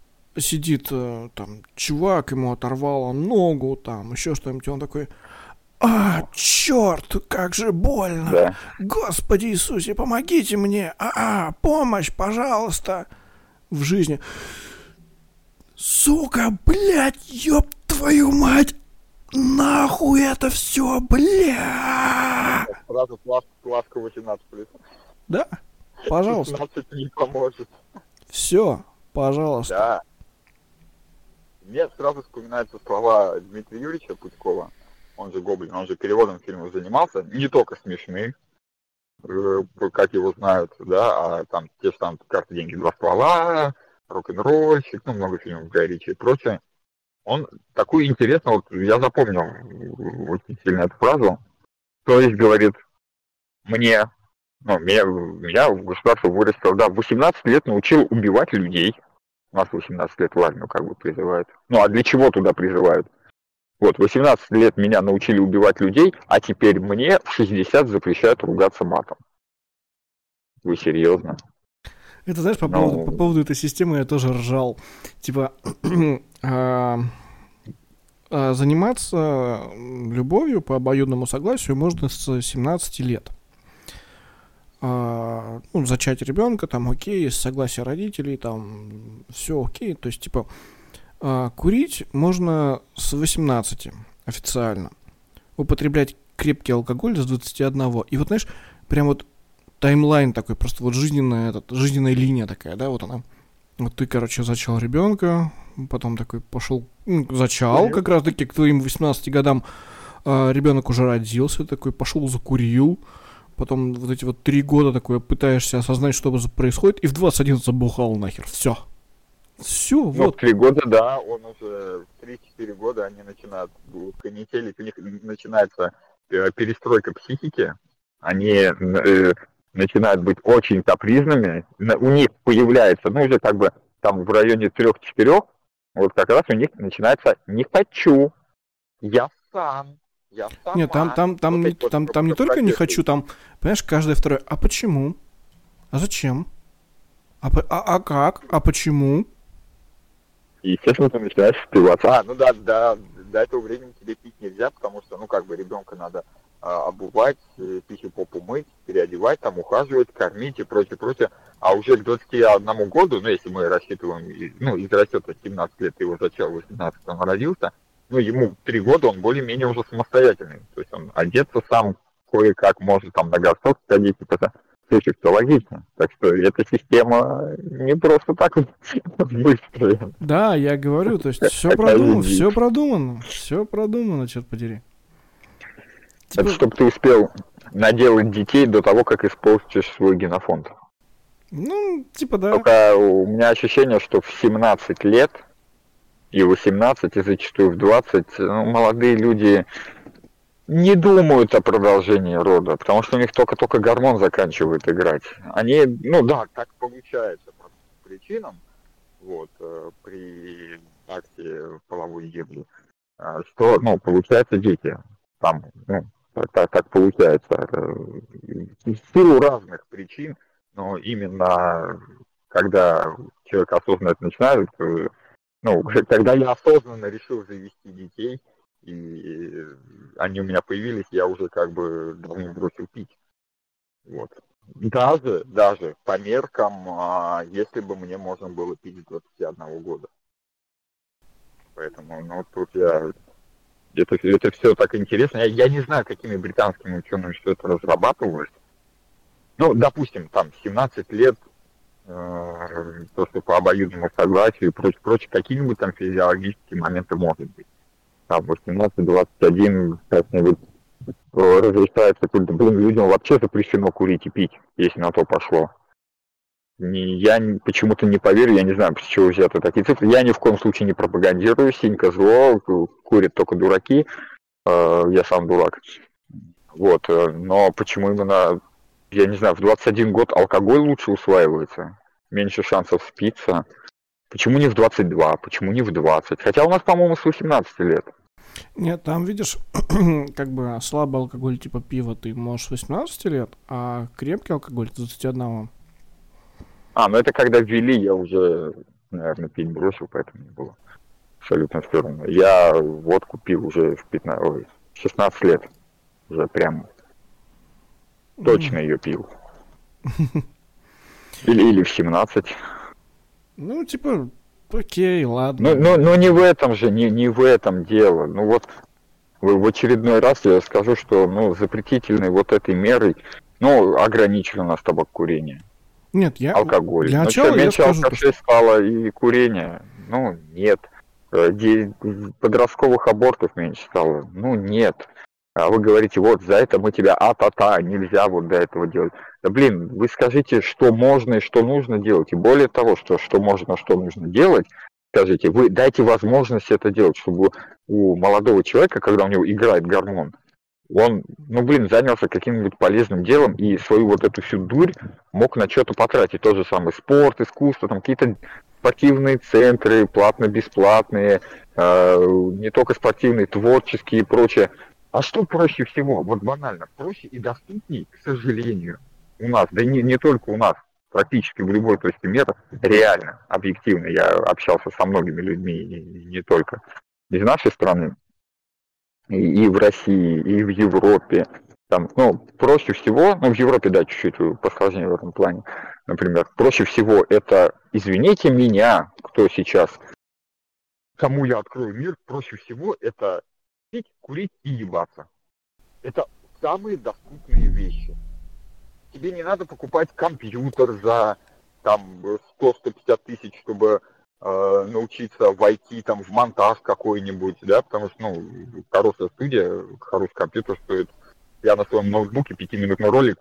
A: Сидит там чувак, ему оторвало ногу, там еще что-нибудь, он такой: Черт, как же больно!
B: Да.
A: Господи Иисусе, помогите мне! Помощь, пожалуйста! В жизни. Сука, блядь, ёб твою мать! Нахуй это все, бля!
B: Сразу плашка 18 плюс.
A: Да, пожалуйста.
B: 16 не поможет.
A: Все, пожалуйста.
B: Да. Мне сразу вспоминаются слова Дмитрия Юрьевича Пучкова. Он же Гоблин, он же переводом фильмов занимался. Не только смешных, как его знают, да, а там те же там «Карты, деньги, два ствола», «Рок-н-ролльщик», ну, много фильмов Гая Ричи и прочее. Он такую интересную, вот я запомнил очень сильно эту фразу. То есть, говорит, меня в государство вырастил, да, в 18 лет научил убивать людей. У нас 18 лет в армию как бы призывают. Ну, а для чего туда призывают? Вот, 18 лет меня научили убивать людей, а теперь мне в 60 запрещают ругаться матом. Вы серьезно?
A: Это, знаешь, по поводу этой системы я тоже ржал. Типа, заниматься любовью по обоюдному согласию можно с 17 лет. Зачать ребенка, там окей, с согласия родителей, там все окей. То есть, типа, курить можно с 18 официально. Употреблять крепкий алкоголь с 21. И вот, знаешь, прям вот таймлайн такой, просто вот жизненная линия такая, да, вот она. Вот ты, короче, зачал ребенка, потом такой пошел, зачал как раз таки к твоим 18 годам, ребенок уже родился, такой пошел закурил, потом вот эти вот 3 года такое пытаешься осознать, что происходит, и в 21 забухал нахер, все. Все, вот.
B: 3 года, да, он уже в 3-4 года они начинают канителить, у них начинается перестройка психики, они начинают быть очень капризными, у них появляется, уже как бы там в районе 3-4, вот как раз у них начинается «не хочу, я сам».
A: Нет, там не только «не хочу», там, понимаешь, каждое второе «а почему? А зачем? А как? А почему?»
B: И, естественно, ты начинаешь впиваться. До этого времени тебе пить нельзя, потому что, ребенка надо обувать, пищу попу мыть, переодевать, там, ухаживать, кормить и прочее. А уже к 21 году, если мы рассчитываем, из расчета 17 лет его зачал, 18 он родился, ему 3 года он более-менее уже самостоятельный. То есть он одеться сам кое-как может, там, на горшок сходить, это все логично. Так что эта система не просто так быстрая.
A: Да, я говорю, то есть все продумано, черт подери.
B: Это чтобы ты успел наделать детей до того, как используешь свой генофонд.
A: Да.
B: Только у меня ощущение, что в 17 лет и 18, и зачастую в 20, молодые люди не думают о продолжении рода, потому что у них только гормон заканчивает играть. Они, так получается по причинам, при акте половой ебли, что, получается дети. Там, так получается. В силу разных причин, но именно когда человек осознанно это начинает, когда я осознанно решил завести детей, и они у меня появились, я уже давно бросил пить. Вот. Даже по меркам, если бы мне можно было пить с 21 года. Поэтому, тут это все так интересно. Я не знаю, какими британскими учеными все это разрабатывалось. Допустим, там 17 лет, то, что по обоюдному согласию и прочее, какие-нибудь там физиологические моменты может быть. Там 18-21 как-нибудь разрешается, людям вообще запрещено курить и пить, если на то пошло. Я почему-то не поверю, я не знаю, с чего взяты такие цифры. Я ни в коем случае не пропагандирую, синька зло, курят только дураки, я сам дурак. Но почему именно, я не знаю, в 21 год алкоголь лучше усваивается, меньше шансов спиться. Почему не в 22, почему не в 20? Хотя у нас, по-моему, с 18 лет.
A: Нет, там, видишь, слабый алкоголь типа пива ты можешь с 18 лет, а крепкий алкоголь с 21.
B: Это когда ввели, я уже, наверное, пить бросил, поэтому не было абсолютно все равно. Я водку пил уже в 16 лет уже прям точно ее пил. Или в 17.
A: Ну, типа, окей, ладно.
B: Но не в этом же, не в этом дело. Ну вот в очередной раз я скажу, что запретительной вот этой мерой, ограничили у нас табакокурение.
A: Нет,
B: Алкоголь.
A: Для
B: Но
A: начала
B: что,
A: я
B: меньше
A: скажу,
B: алкашей стало и курение? Нет. Подростковых абортов меньше стало? Нет. А вы говорите, вот за это мы тебя нельзя вот до этого делать. Да блин, вы скажите, что можно и что нужно делать. И более того, что можно, что нужно делать, скажите, вы дайте возможность это делать, чтобы у молодого человека, когда у него играет гормон, он, занялся каким-нибудь полезным делом и свою вот эту всю дурь мог на что-то потратить. Тот же самый спорт, искусство, там какие-то спортивные центры, платно-бесплатные, не только спортивные, творческие и прочее. А что проще всего? Вот банально, проще и доступней, к сожалению, у нас, да не только у нас, практически в любой точке мира, реально, объективно, я общался со многими людьми, и не только из нашей страны, и в России, и в Европе. Там, проще всего, в Европе, да, чуть-чуть посложнее в этом плане, например, проще всего это, извините меня, кто сейчас, кому я открою мир, проще всего это пить, курить и ебаться. Это самые доступные вещи. Тебе не надо покупать компьютер за там 100-150 тысяч, чтобы научиться войти там в монтаж какой-нибудь, да, потому что, хорошая студия, хороший компьютер стоит. Я на своем ноутбуке 5-минутный ролик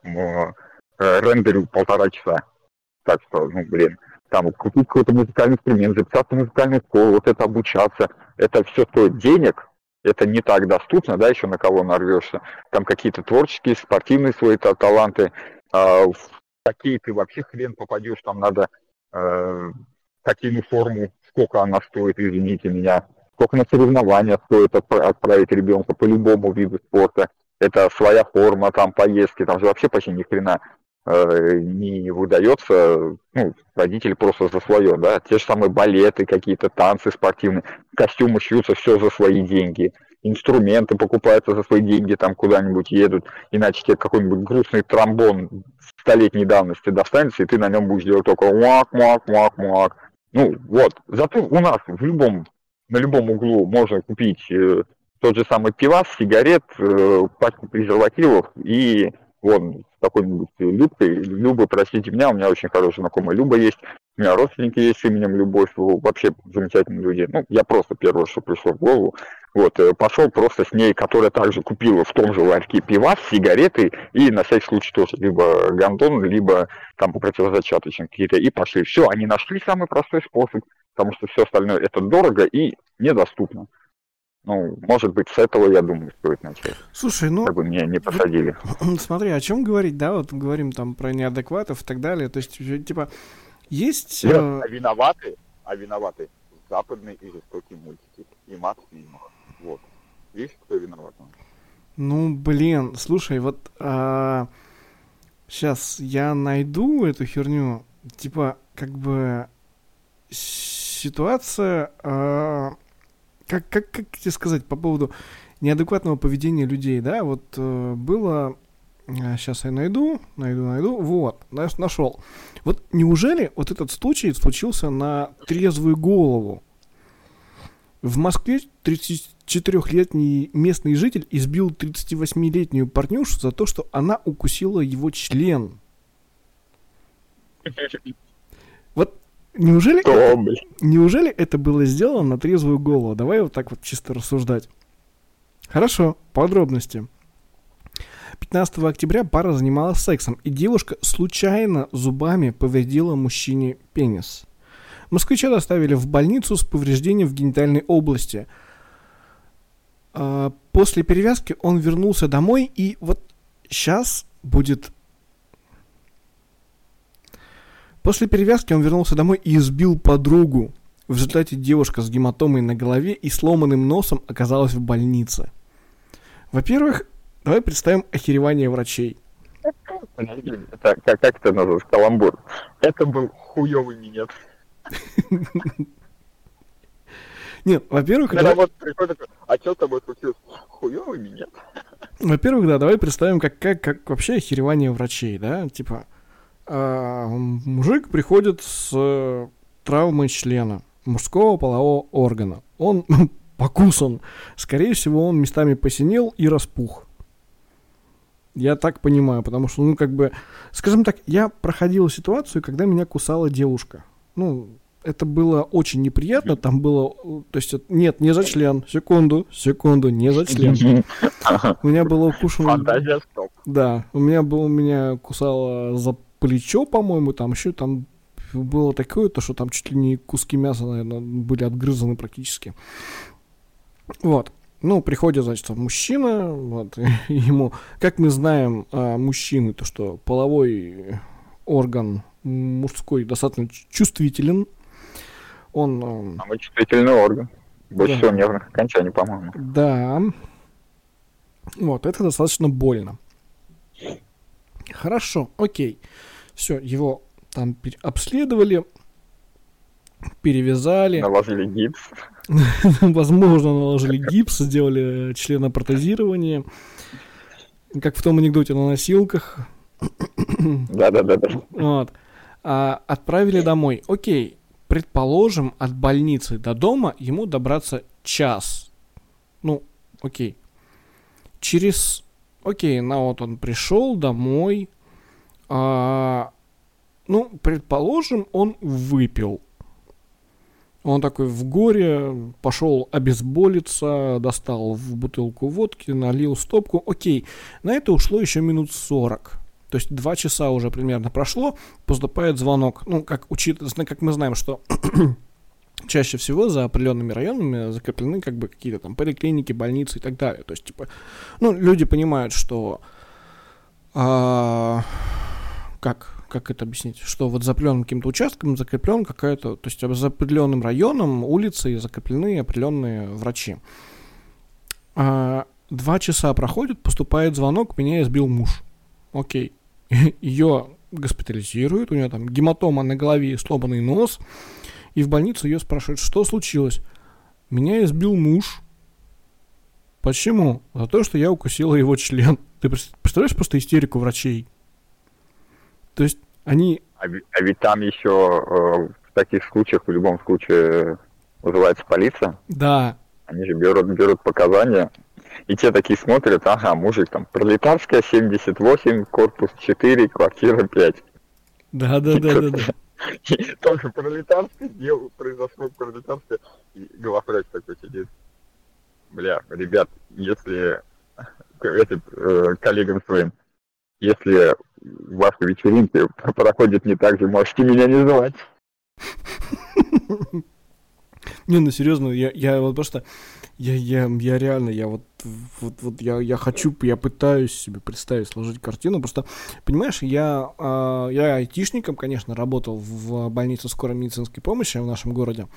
B: рендерю 1,5 часа. Так что, там купить какой-то музыкальный инструмент, записаться в музыкальную школу, вот это обучаться, это все стоит денег, это не так доступно, да, еще на кого нарвешься. Там какие-то творческие, спортивные свои таланты, в какие ты вообще хрен попадешь, там надо хоккейную форму, сколько она стоит, извините меня, сколько на соревнования стоит отправить ребенка по любому виду спорта. Это своя форма, там поездки, там же вообще почти ни хрена не выдается, родители просто за свое, да, те же самые балеты, какие-то танцы спортивные, костюмы шьются все за свои деньги, инструменты покупаются за свои деньги, там куда-нибудь едут, иначе тебе какой-нибудь грустный тромбон столетней давности достанется, и ты на нем будешь делать только муак. Зато у нас на любом углу можно купить тот же самый пивас, сигарет, пачку презервативов и с какой-нибудь Любкой. Люба, простите меня, у меня очень хорошая знакомая Люба есть, у меня родственники есть с именем Любовь, вообще замечательные люди. Я просто первое, что пришло в голову, пошел просто с ней, которая также купила в том же ларьке пивас, сигареты и на всякий случай тоже либо гондон, либо там противозачаточные какие-то, и пошли. Все, они нашли самый простой способ, потому что все остальное это дорого и недоступно. Может быть, с этого, я думаю, стоит начать.
A: Слушай,
B: Чтобы меня не посадили.
A: Смотри, о чем говорить, да, вот говорим там про неадекватов и так далее, то есть, типа, есть...
B: А виноваты западные и жестокие мультики и мат в фильмах. Вот. Видишь, кто виноват?
A: Слушай, вот сейчас я найду эту херню, типа, как бы ситуация... Как тебе сказать по поводу неадекватного поведения людей, да, вот было, сейчас я найду, вот, нашел. Вот неужели вот этот случай случился на трезвую голову? В Москве 34-летний местный житель избил 38-летнюю партнершу за то, что она укусила его член. Вот Неужели это было сделано на трезвую голову? Давай вот так вот чисто рассуждать. Хорошо, подробности. 15 октября пара занималась сексом, и девушка случайно зубами повредила мужчине пенис. Москвича доставили в больницу с повреждением в генитальной области. После перевязки он вернулся домой, и вот сейчас будет... После перевязки он вернулся домой и избил подругу. В результате девушка с гематомой на голове и сломанным носом оказалась в больнице. Во-первых, давай представим охеревание врачей.
B: Это, как это называется? Каламбур. Это был хуёвый минет.
A: Нет, во-первых,
B: На работу приходит такой, а что с тобой случилось? Хуёвый меня.
A: Во-первых, да, давай представим, как вообще охеревание врачей, да, типа, мужик приходит с травмой члена мужского полового органа, он покусан, скорее всего, он местами посинел и распух. Я так понимаю, потому что, скажем так, я проходил ситуацию, когда меня кусала девушка. Это было очень неприятно, там было, то есть, нет, не за член, секунду, не за член. У меня было укушено...
B: Фантазия, стоп.
A: Да, меня кусало за плечо, по-моему, там еще там было такое, то что там чуть ли не куски мяса, наверное, были отгрызаны практически. Вот. Приходит, значит, мужчина, вот, ему, как мы знаем, мужчины, то что половой орган мужской достаточно чувствителен. Он...
B: Самый чувствительный орган. Больше всего нервных окончаний, по-моему.
A: Да. Вот, это достаточно больно. Хорошо, окей. Все, его там обследовали, перевязали.
B: Наложили гипс.
A: Возможно, наложили гипс, сделали членопротезирование. Как в том анекдоте на носилках.
B: Да.
A: Вот. Отправили домой. Окей, предположим, от больницы до дома ему добраться час. Окей. Окей, вот он пришел домой. Предположим, он выпил. Он такой в горе, пошел обезболиться, достал в бутылку водки, налил стопку. Окей, на это ушло еще минут 40. То есть 2 часа уже примерно прошло, поступает звонок. Как мы знаем, что чаще всего за определенными районами закреплены какие-то там поликлиники, больницы и так далее. То есть, люди понимают, что... Как это объяснить? Что вот за определенным каким-то участком закреплен какая-то... То есть за определенным районом, улицей закреплены определенные врачи. 2 часа проходит, поступает звонок, меня избил муж. Окей. Ее госпитализируют, у нее там гематома на голове и сломанный нос. И в больницу ее спрашивают, что случилось? Меня избил муж. Почему? За то, что я укусила его член. Ты представляешь просто истерику врачей? То есть они...
B: А ведь там еще в таких случаях, в любом случае, вызывается полиция.
A: Да.
B: Они же берут показания. И те такие смотрят, мужик там, Пролетарская, 78, корпус 4, квартира 5.
A: Да.
B: Только Пролетарская, произошло Пролетарская, и главврач такой сидит. Бля, ребят, если коллегам своим, если ваши вечеринки проходят не так же, можете меня не звать.
A: Не, серьезно, я вот просто, я реально, я хочу, я пытаюсь себе представить, сложить картину, просто, понимаешь, я айтишником, конечно, работал в больнице скорой медицинской помощи в нашем городе.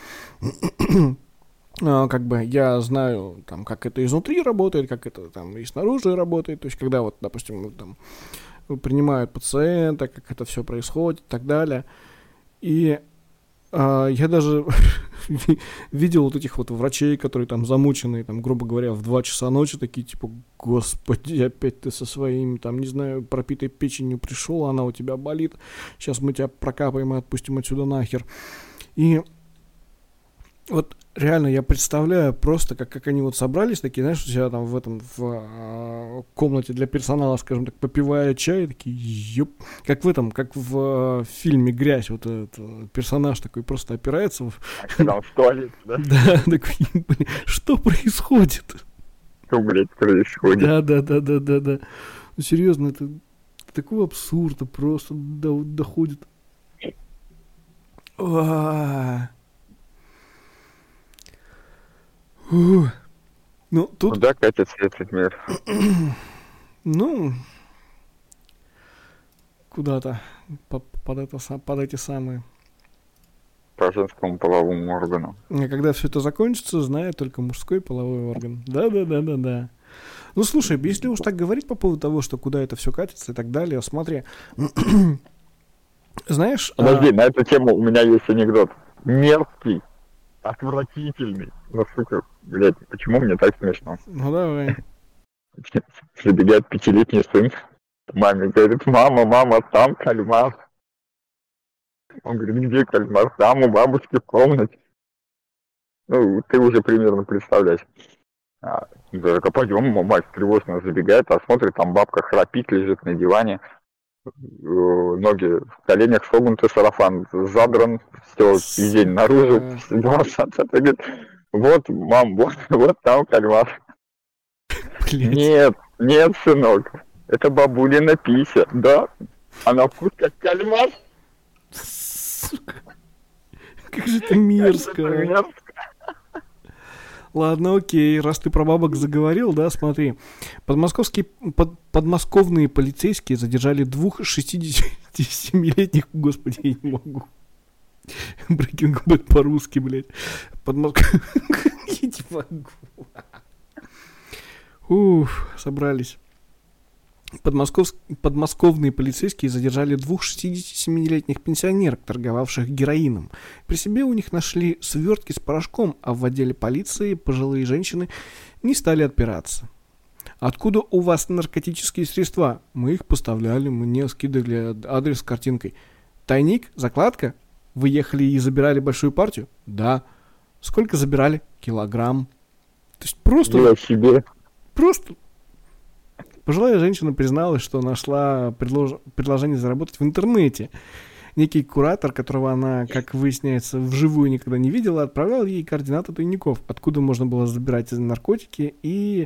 A: Я знаю, там, как это изнутри работает, как это там и снаружи работает, то есть, когда вот, допустим, там принимают пациента, как это все происходит и так далее. И я даже видел вот этих вот врачей, которые там замученные, там, грубо говоря, в 2 часа ночи, такие, типа, господи, опять ты со своим, там, не знаю, пропитой печенью пришел, она у тебя болит, сейчас мы тебя прокапаем и отпустим отсюда нахер. И вот реально я представляю просто, как они вот собрались, такие, знаешь, у себя там в комнате для персонала, скажем так, попивая чай, такие, как в фильме «Грязь», вот этот персонаж такой просто опирается.
B: Когда в туалет, да?
A: Да, такой, блин, что происходит?
B: Что, блядь, происходит?
A: Да. Серьезно, это такого абсурда просто доходит. Тут...
B: Куда катится этот мир?
A: Куда-то под эти самые.
B: По женскому половому органу.
A: А когда все это закончится, знает только мужской половой орган. Да. Слушай, если уж так говорить по поводу того, что куда это все катится и так далее, смотри. Знаешь...
B: Подожди, на эту тему у меня есть анекдот. Мерзкий. Отвратительный. Ну, сука, блядь, почему мне так смешно?
A: Ну давай.
B: Забегает 5-летний сын к маме, говорит: мама, там кальмар. Он говорит: где кальмар? Там у бабушки в комнате. Ну, ты уже примерно представляешь. Говорит: а пойдем, мать тревожно забегает, а смотрит, там бабка храпит, лежит на диване, ноги в коленях согнуты, сарафан задран, все, день наружу, говорит: вот, мам, вот там кальмар. Нет, сынок, это бабулина пися, да? Она вкус как кальмар.
A: Сука. Как же это мерзко. Ладно, окей, раз ты про бабок заговорил, да, смотри. Подмосковные полицейские задержали 2 67-летних, господи, я не могу. Breaking Bad по-русски, блядь. Я не могу. Собрались. Подмосковные полицейские задержали 2 67-летних пенсионерок, торговавших героином. При себе у них нашли свертки с порошком, а в отделе полиции пожилые женщины не стали отпираться. «Откуда у вас наркотические средства?» «Мы их поставляли, мне скидывали адрес с картинкой». «Тайник? Закладка? Вы ехали и забирали большую партию?» «Да». «Сколько забирали?» «Килограмм». То есть просто... Просто... Пожилая женщина призналась, что нашла предложение заработать в интернете. Некий куратор, которого она, как выясняется, вживую никогда не видела, отправлял ей координаты тайников, откуда можно было забирать наркотики и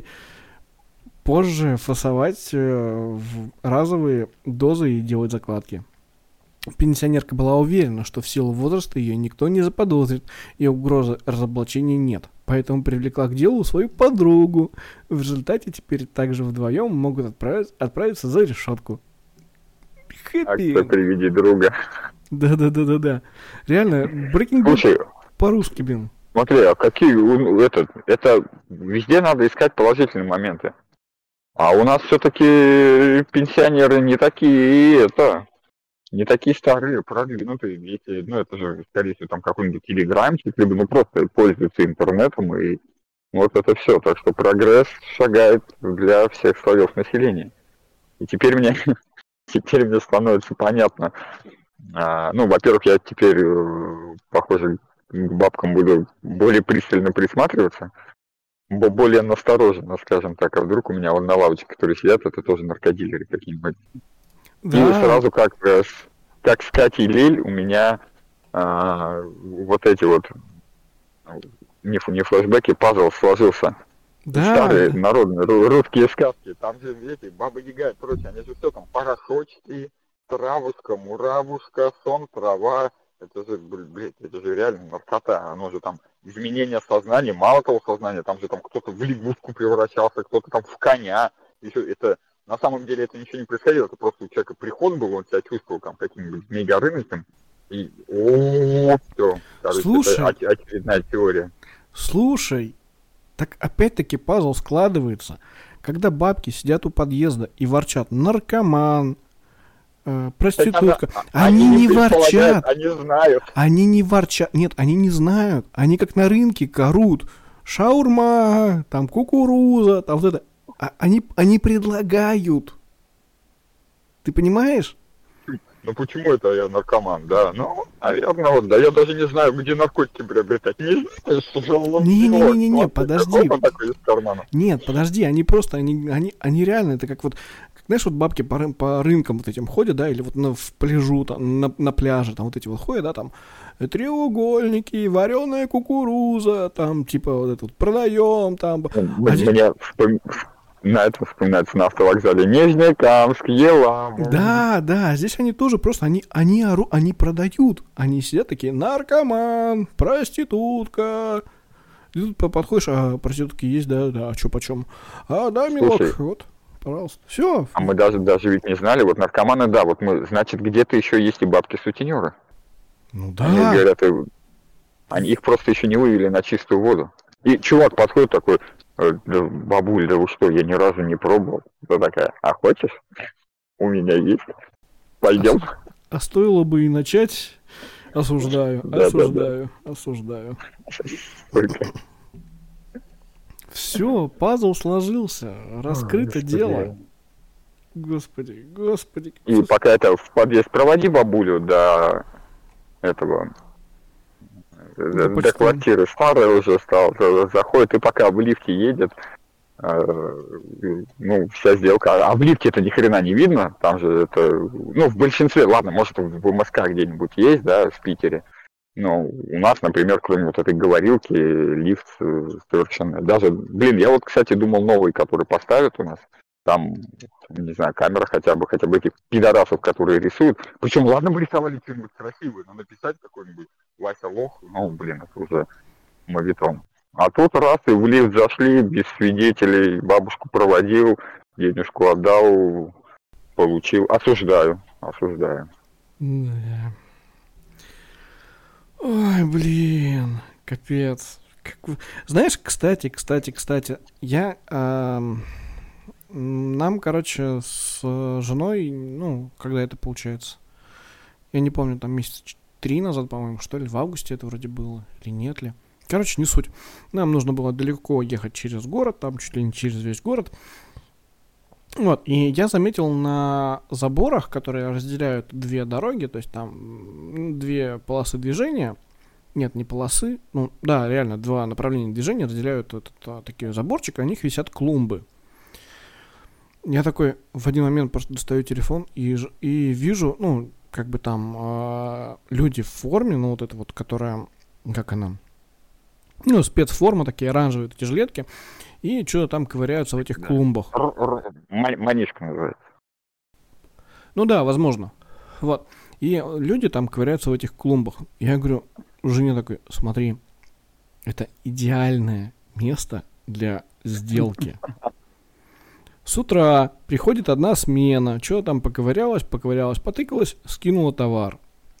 A: позже фасовать в разовые дозы и делать закладки. Пенсионерка была уверена, что в силу возраста ее никто не заподозрит, и угрозы разоблачения нет. Поэтому привлекла к делу свою подругу. В результате теперь также вдвоем могут отправиться за решетку.
B: Хэппи. А кто приведи друга.
A: Да. Реально, Breaking Bad по-русски, блин.
B: Смотри, а какие... Это везде надо искать положительные моменты. А у нас все-таки пенсионеры не такие, не такие старые, продвинутые, дети, это же, скорее всего, там какой-нибудь телеграмчик, либо просто пользуются интернетом, и вот это все. Так что прогресс шагает для всех слоев населения. И теперь мне становится понятно. Во-первых, я теперь, похоже, к бабкам буду более пристально присматриваться, более настороженно, скажем так, а вдруг у меня вон на лавочке, которые сидят, это тоже наркодилеры какие-нибудь. Да. И сразу как с Катей Лель у меня вот эти вот не флешбеки, пазл сложился. Да. Старые народные русские сказки. Там же эти Баба Яга и прочее, они же все там парохочки, травушка, муравушка, сон, трава. Это же, это же реально наркота. Оно же там изменение сознания, мало того сознания, там же там кто-то в лягушку превращался, кто-то там в коня. Еще это... На самом деле это ничего не происходило, это просто у человека приход был, он себя чувствовал там каким-нибудь Змей Горынычем, и все.
A: Слушай,
B: это очередная теория.
A: Слушай, так опять-таки пазл складывается, когда бабки сидят у подъезда и ворчат: наркоман, проститутка. Они не ворчат.
B: Они знают.
A: Они не ворчат. Нет, они не знают. Они как на рынке орут: шаурма, там кукуруза, там вот это. Они предлагают. Ты понимаешь?
B: Ну почему это я наркоман, да? Ну, наверное, вот, да, я даже не знаю, где наркотики приобретать. Не знаю, что он...
A: Не, подожди. Нет, подожди, они просто, они реально, это как вот, знаешь, вот бабки по рынкам вот этим ходят, да, или вот в пляжу, там, на пляже, там вот эти вот ходят, да, там, треугольники, вареная кукуруза, там, типа, вот это вот, продаем, там.
B: На это вспоминается на автовокзале Нижнекамск, Елабуга.
A: Да, здесь они тоже просто, они продают. Они сидят такие: наркоман, проститутка. И тут подходишь: а проститутки есть, да, а что почем? А, да, милок, слушай, вот, пожалуйста. Все.
B: А мы даже ведь не знали, вот наркоманы, да, вот мы, значит, где-то еще есть и бабки-сутенеры.
A: Ну да.
B: Они говорят, их просто еще не вывели на чистую воду. И чувак подходит такой: бабуль, да вы что, я ни разу не пробовал. Кто такая: а хочешь? У меня есть. Пойдем.
A: А стоило бы и начать Осуждаю, осуждаю. Все, пазл сложился, раскрыто дело. Господи.
B: И пока это в подъезд проводи бабулю до этого, до квартиры, старая уже стала, заходит, и пока в лифте едет, вся сделка, а в лифте это ни хрена не видно, там же это, в большинстве, ладно, может в МСК где-нибудь есть, да, в Питере, но у нас, например, кроме вот этой говорилки, лифт совершенно, даже, я вот, кстати, думал новый, который поставят у нас, там, не знаю, камера хотя бы этих пидорасов, которые рисуют, причем, ладно бы рисовали что-нибудь красивое, но написать какой-нибудь Вася Лох, это уже моветон. А тут раз и в лифт зашли, без свидетелей, бабушку проводил, денежку отдал, получил. Осуждаю.
A: Ой, блин, капец. Знаешь, кстати, я... нам, короче, с женой, когда это получается, я не помню, там месяца 3 назад, по-моему, что ли, в августе это вроде было, или нет ли. Короче, не суть. Нам нужно было далеко ехать через город, там чуть ли не через весь город. Вот, и я заметил на заборах, которые разделяют две дороги, то есть там 2 полосы движения, нет, не полосы, реально 2 направления движения разделяют такие заборчики, на них висят клумбы. Я такой в один момент просто достаю телефон и вижу, там люди в форме, которая, как она, спецформа, такие оранжевые эти жилетки, и что-то там ковыряются в этих клумбах.
B: Манишка называется.
A: Возможно. Вот. И люди там ковыряются в этих клумбах. Я говорю жене такой, смотри, это идеальное место для сделки. С утра приходит одна смена, что там поковырялась, потыкалась, скинула товар.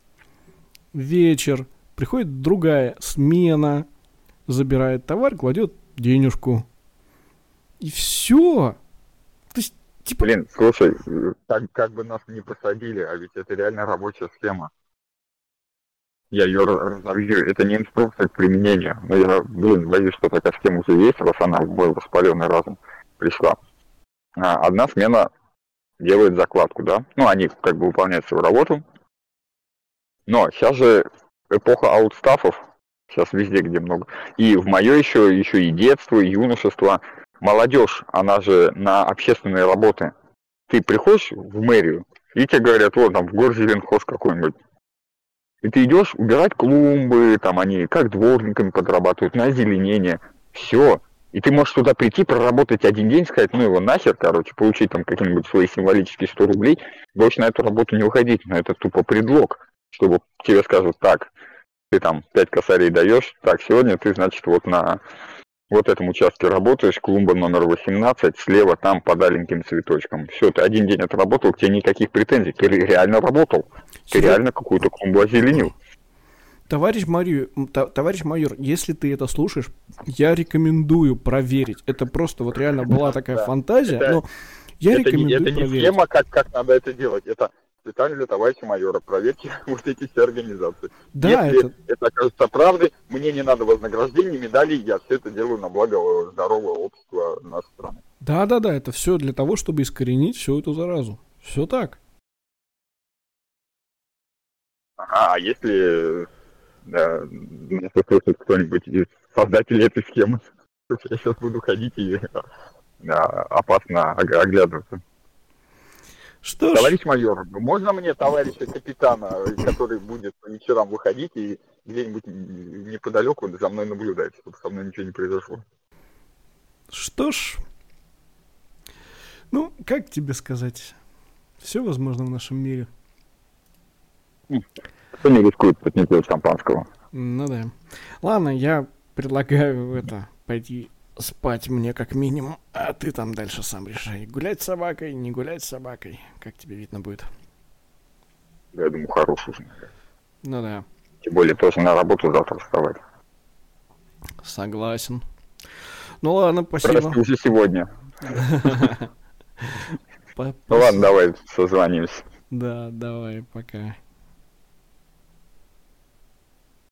A: Вечер, приходит другая смена, забирает товар, кладет денежку. И все. То есть,
B: слушай, как бы нас не посадили, а ведь это реально рабочая схема. Я ее разобью, это не инструкция к применению. Но я, боюсь, что такая схема уже есть, раз она в мой воспаленный разум пришла. Одна смена делает закладку, да? Они выполняют свою работу. Но сейчас же эпоха аутстафов, сейчас везде, где много. И в мое еще и детство, и юношество. Молодежь, она же на общественные работы. Ты приходишь в мэрию, и тебе говорят, там в горзеленхоз какой-нибудь. И ты идешь убирать клумбы, там они как дворниками подрабатывают, на озеленение. Все. И ты можешь туда прийти, проработать 1 день, сказать, его нахер, получить там какие-нибудь свои символические 100 рублей, больше на эту работу не уходить. Но это тупо предлог, чтобы тебе скажут, так, ты там 5 косарей даешь, так, сегодня ты, значит, на этом участке работаешь, клумба номер 18, слева там под аленьким цветочком. Все, ты 1 день отработал, к тебе никаких претензий, ты реально работал, ты реально какую-то клумбу озеленил.
A: Товарищ майор, если ты это слушаешь, я рекомендую проверить. Это просто реально была такая фантазия, но я рекомендую проверить.
B: Это не схема, как надо это делать. Это специально для товарища майора. Проверьте эти все организации.
A: Да,
B: если это окажется правдой, мне не надо вознаграждений, медалей, я все это делаю на благо здорового общества нашей страны.
A: Да, это все для того, чтобы искоренить всю эту заразу. Все так.
B: А если... меня слышит кто-нибудь из создателей этой схемы. Я сейчас буду ходить и опасно оглядываться.
A: Что ж...
B: Товарищ майор, можно мне товарища капитана, который будет по вечерам выходить и где-нибудь неподалеку за мной наблюдать, чтобы со мной ничего не произошло?
A: Что ж... как тебе сказать? Все возможно в нашем мире.
B: Кто не рискует поднять шампанского?
A: Да. Ладно, я предлагаю пойти спать мне как минимум, а ты там дальше сам решай. Гулять с собакой, не гулять с собакой. Как тебе видно будет?
B: Я думаю, хороший.
A: Да.
B: Тем более тоже на работу завтра вставать.
A: Согласен. Ладно, спасибо.
B: Прости, уже сегодня. Ладно, давай созвонимся.
A: Да, давай, пока.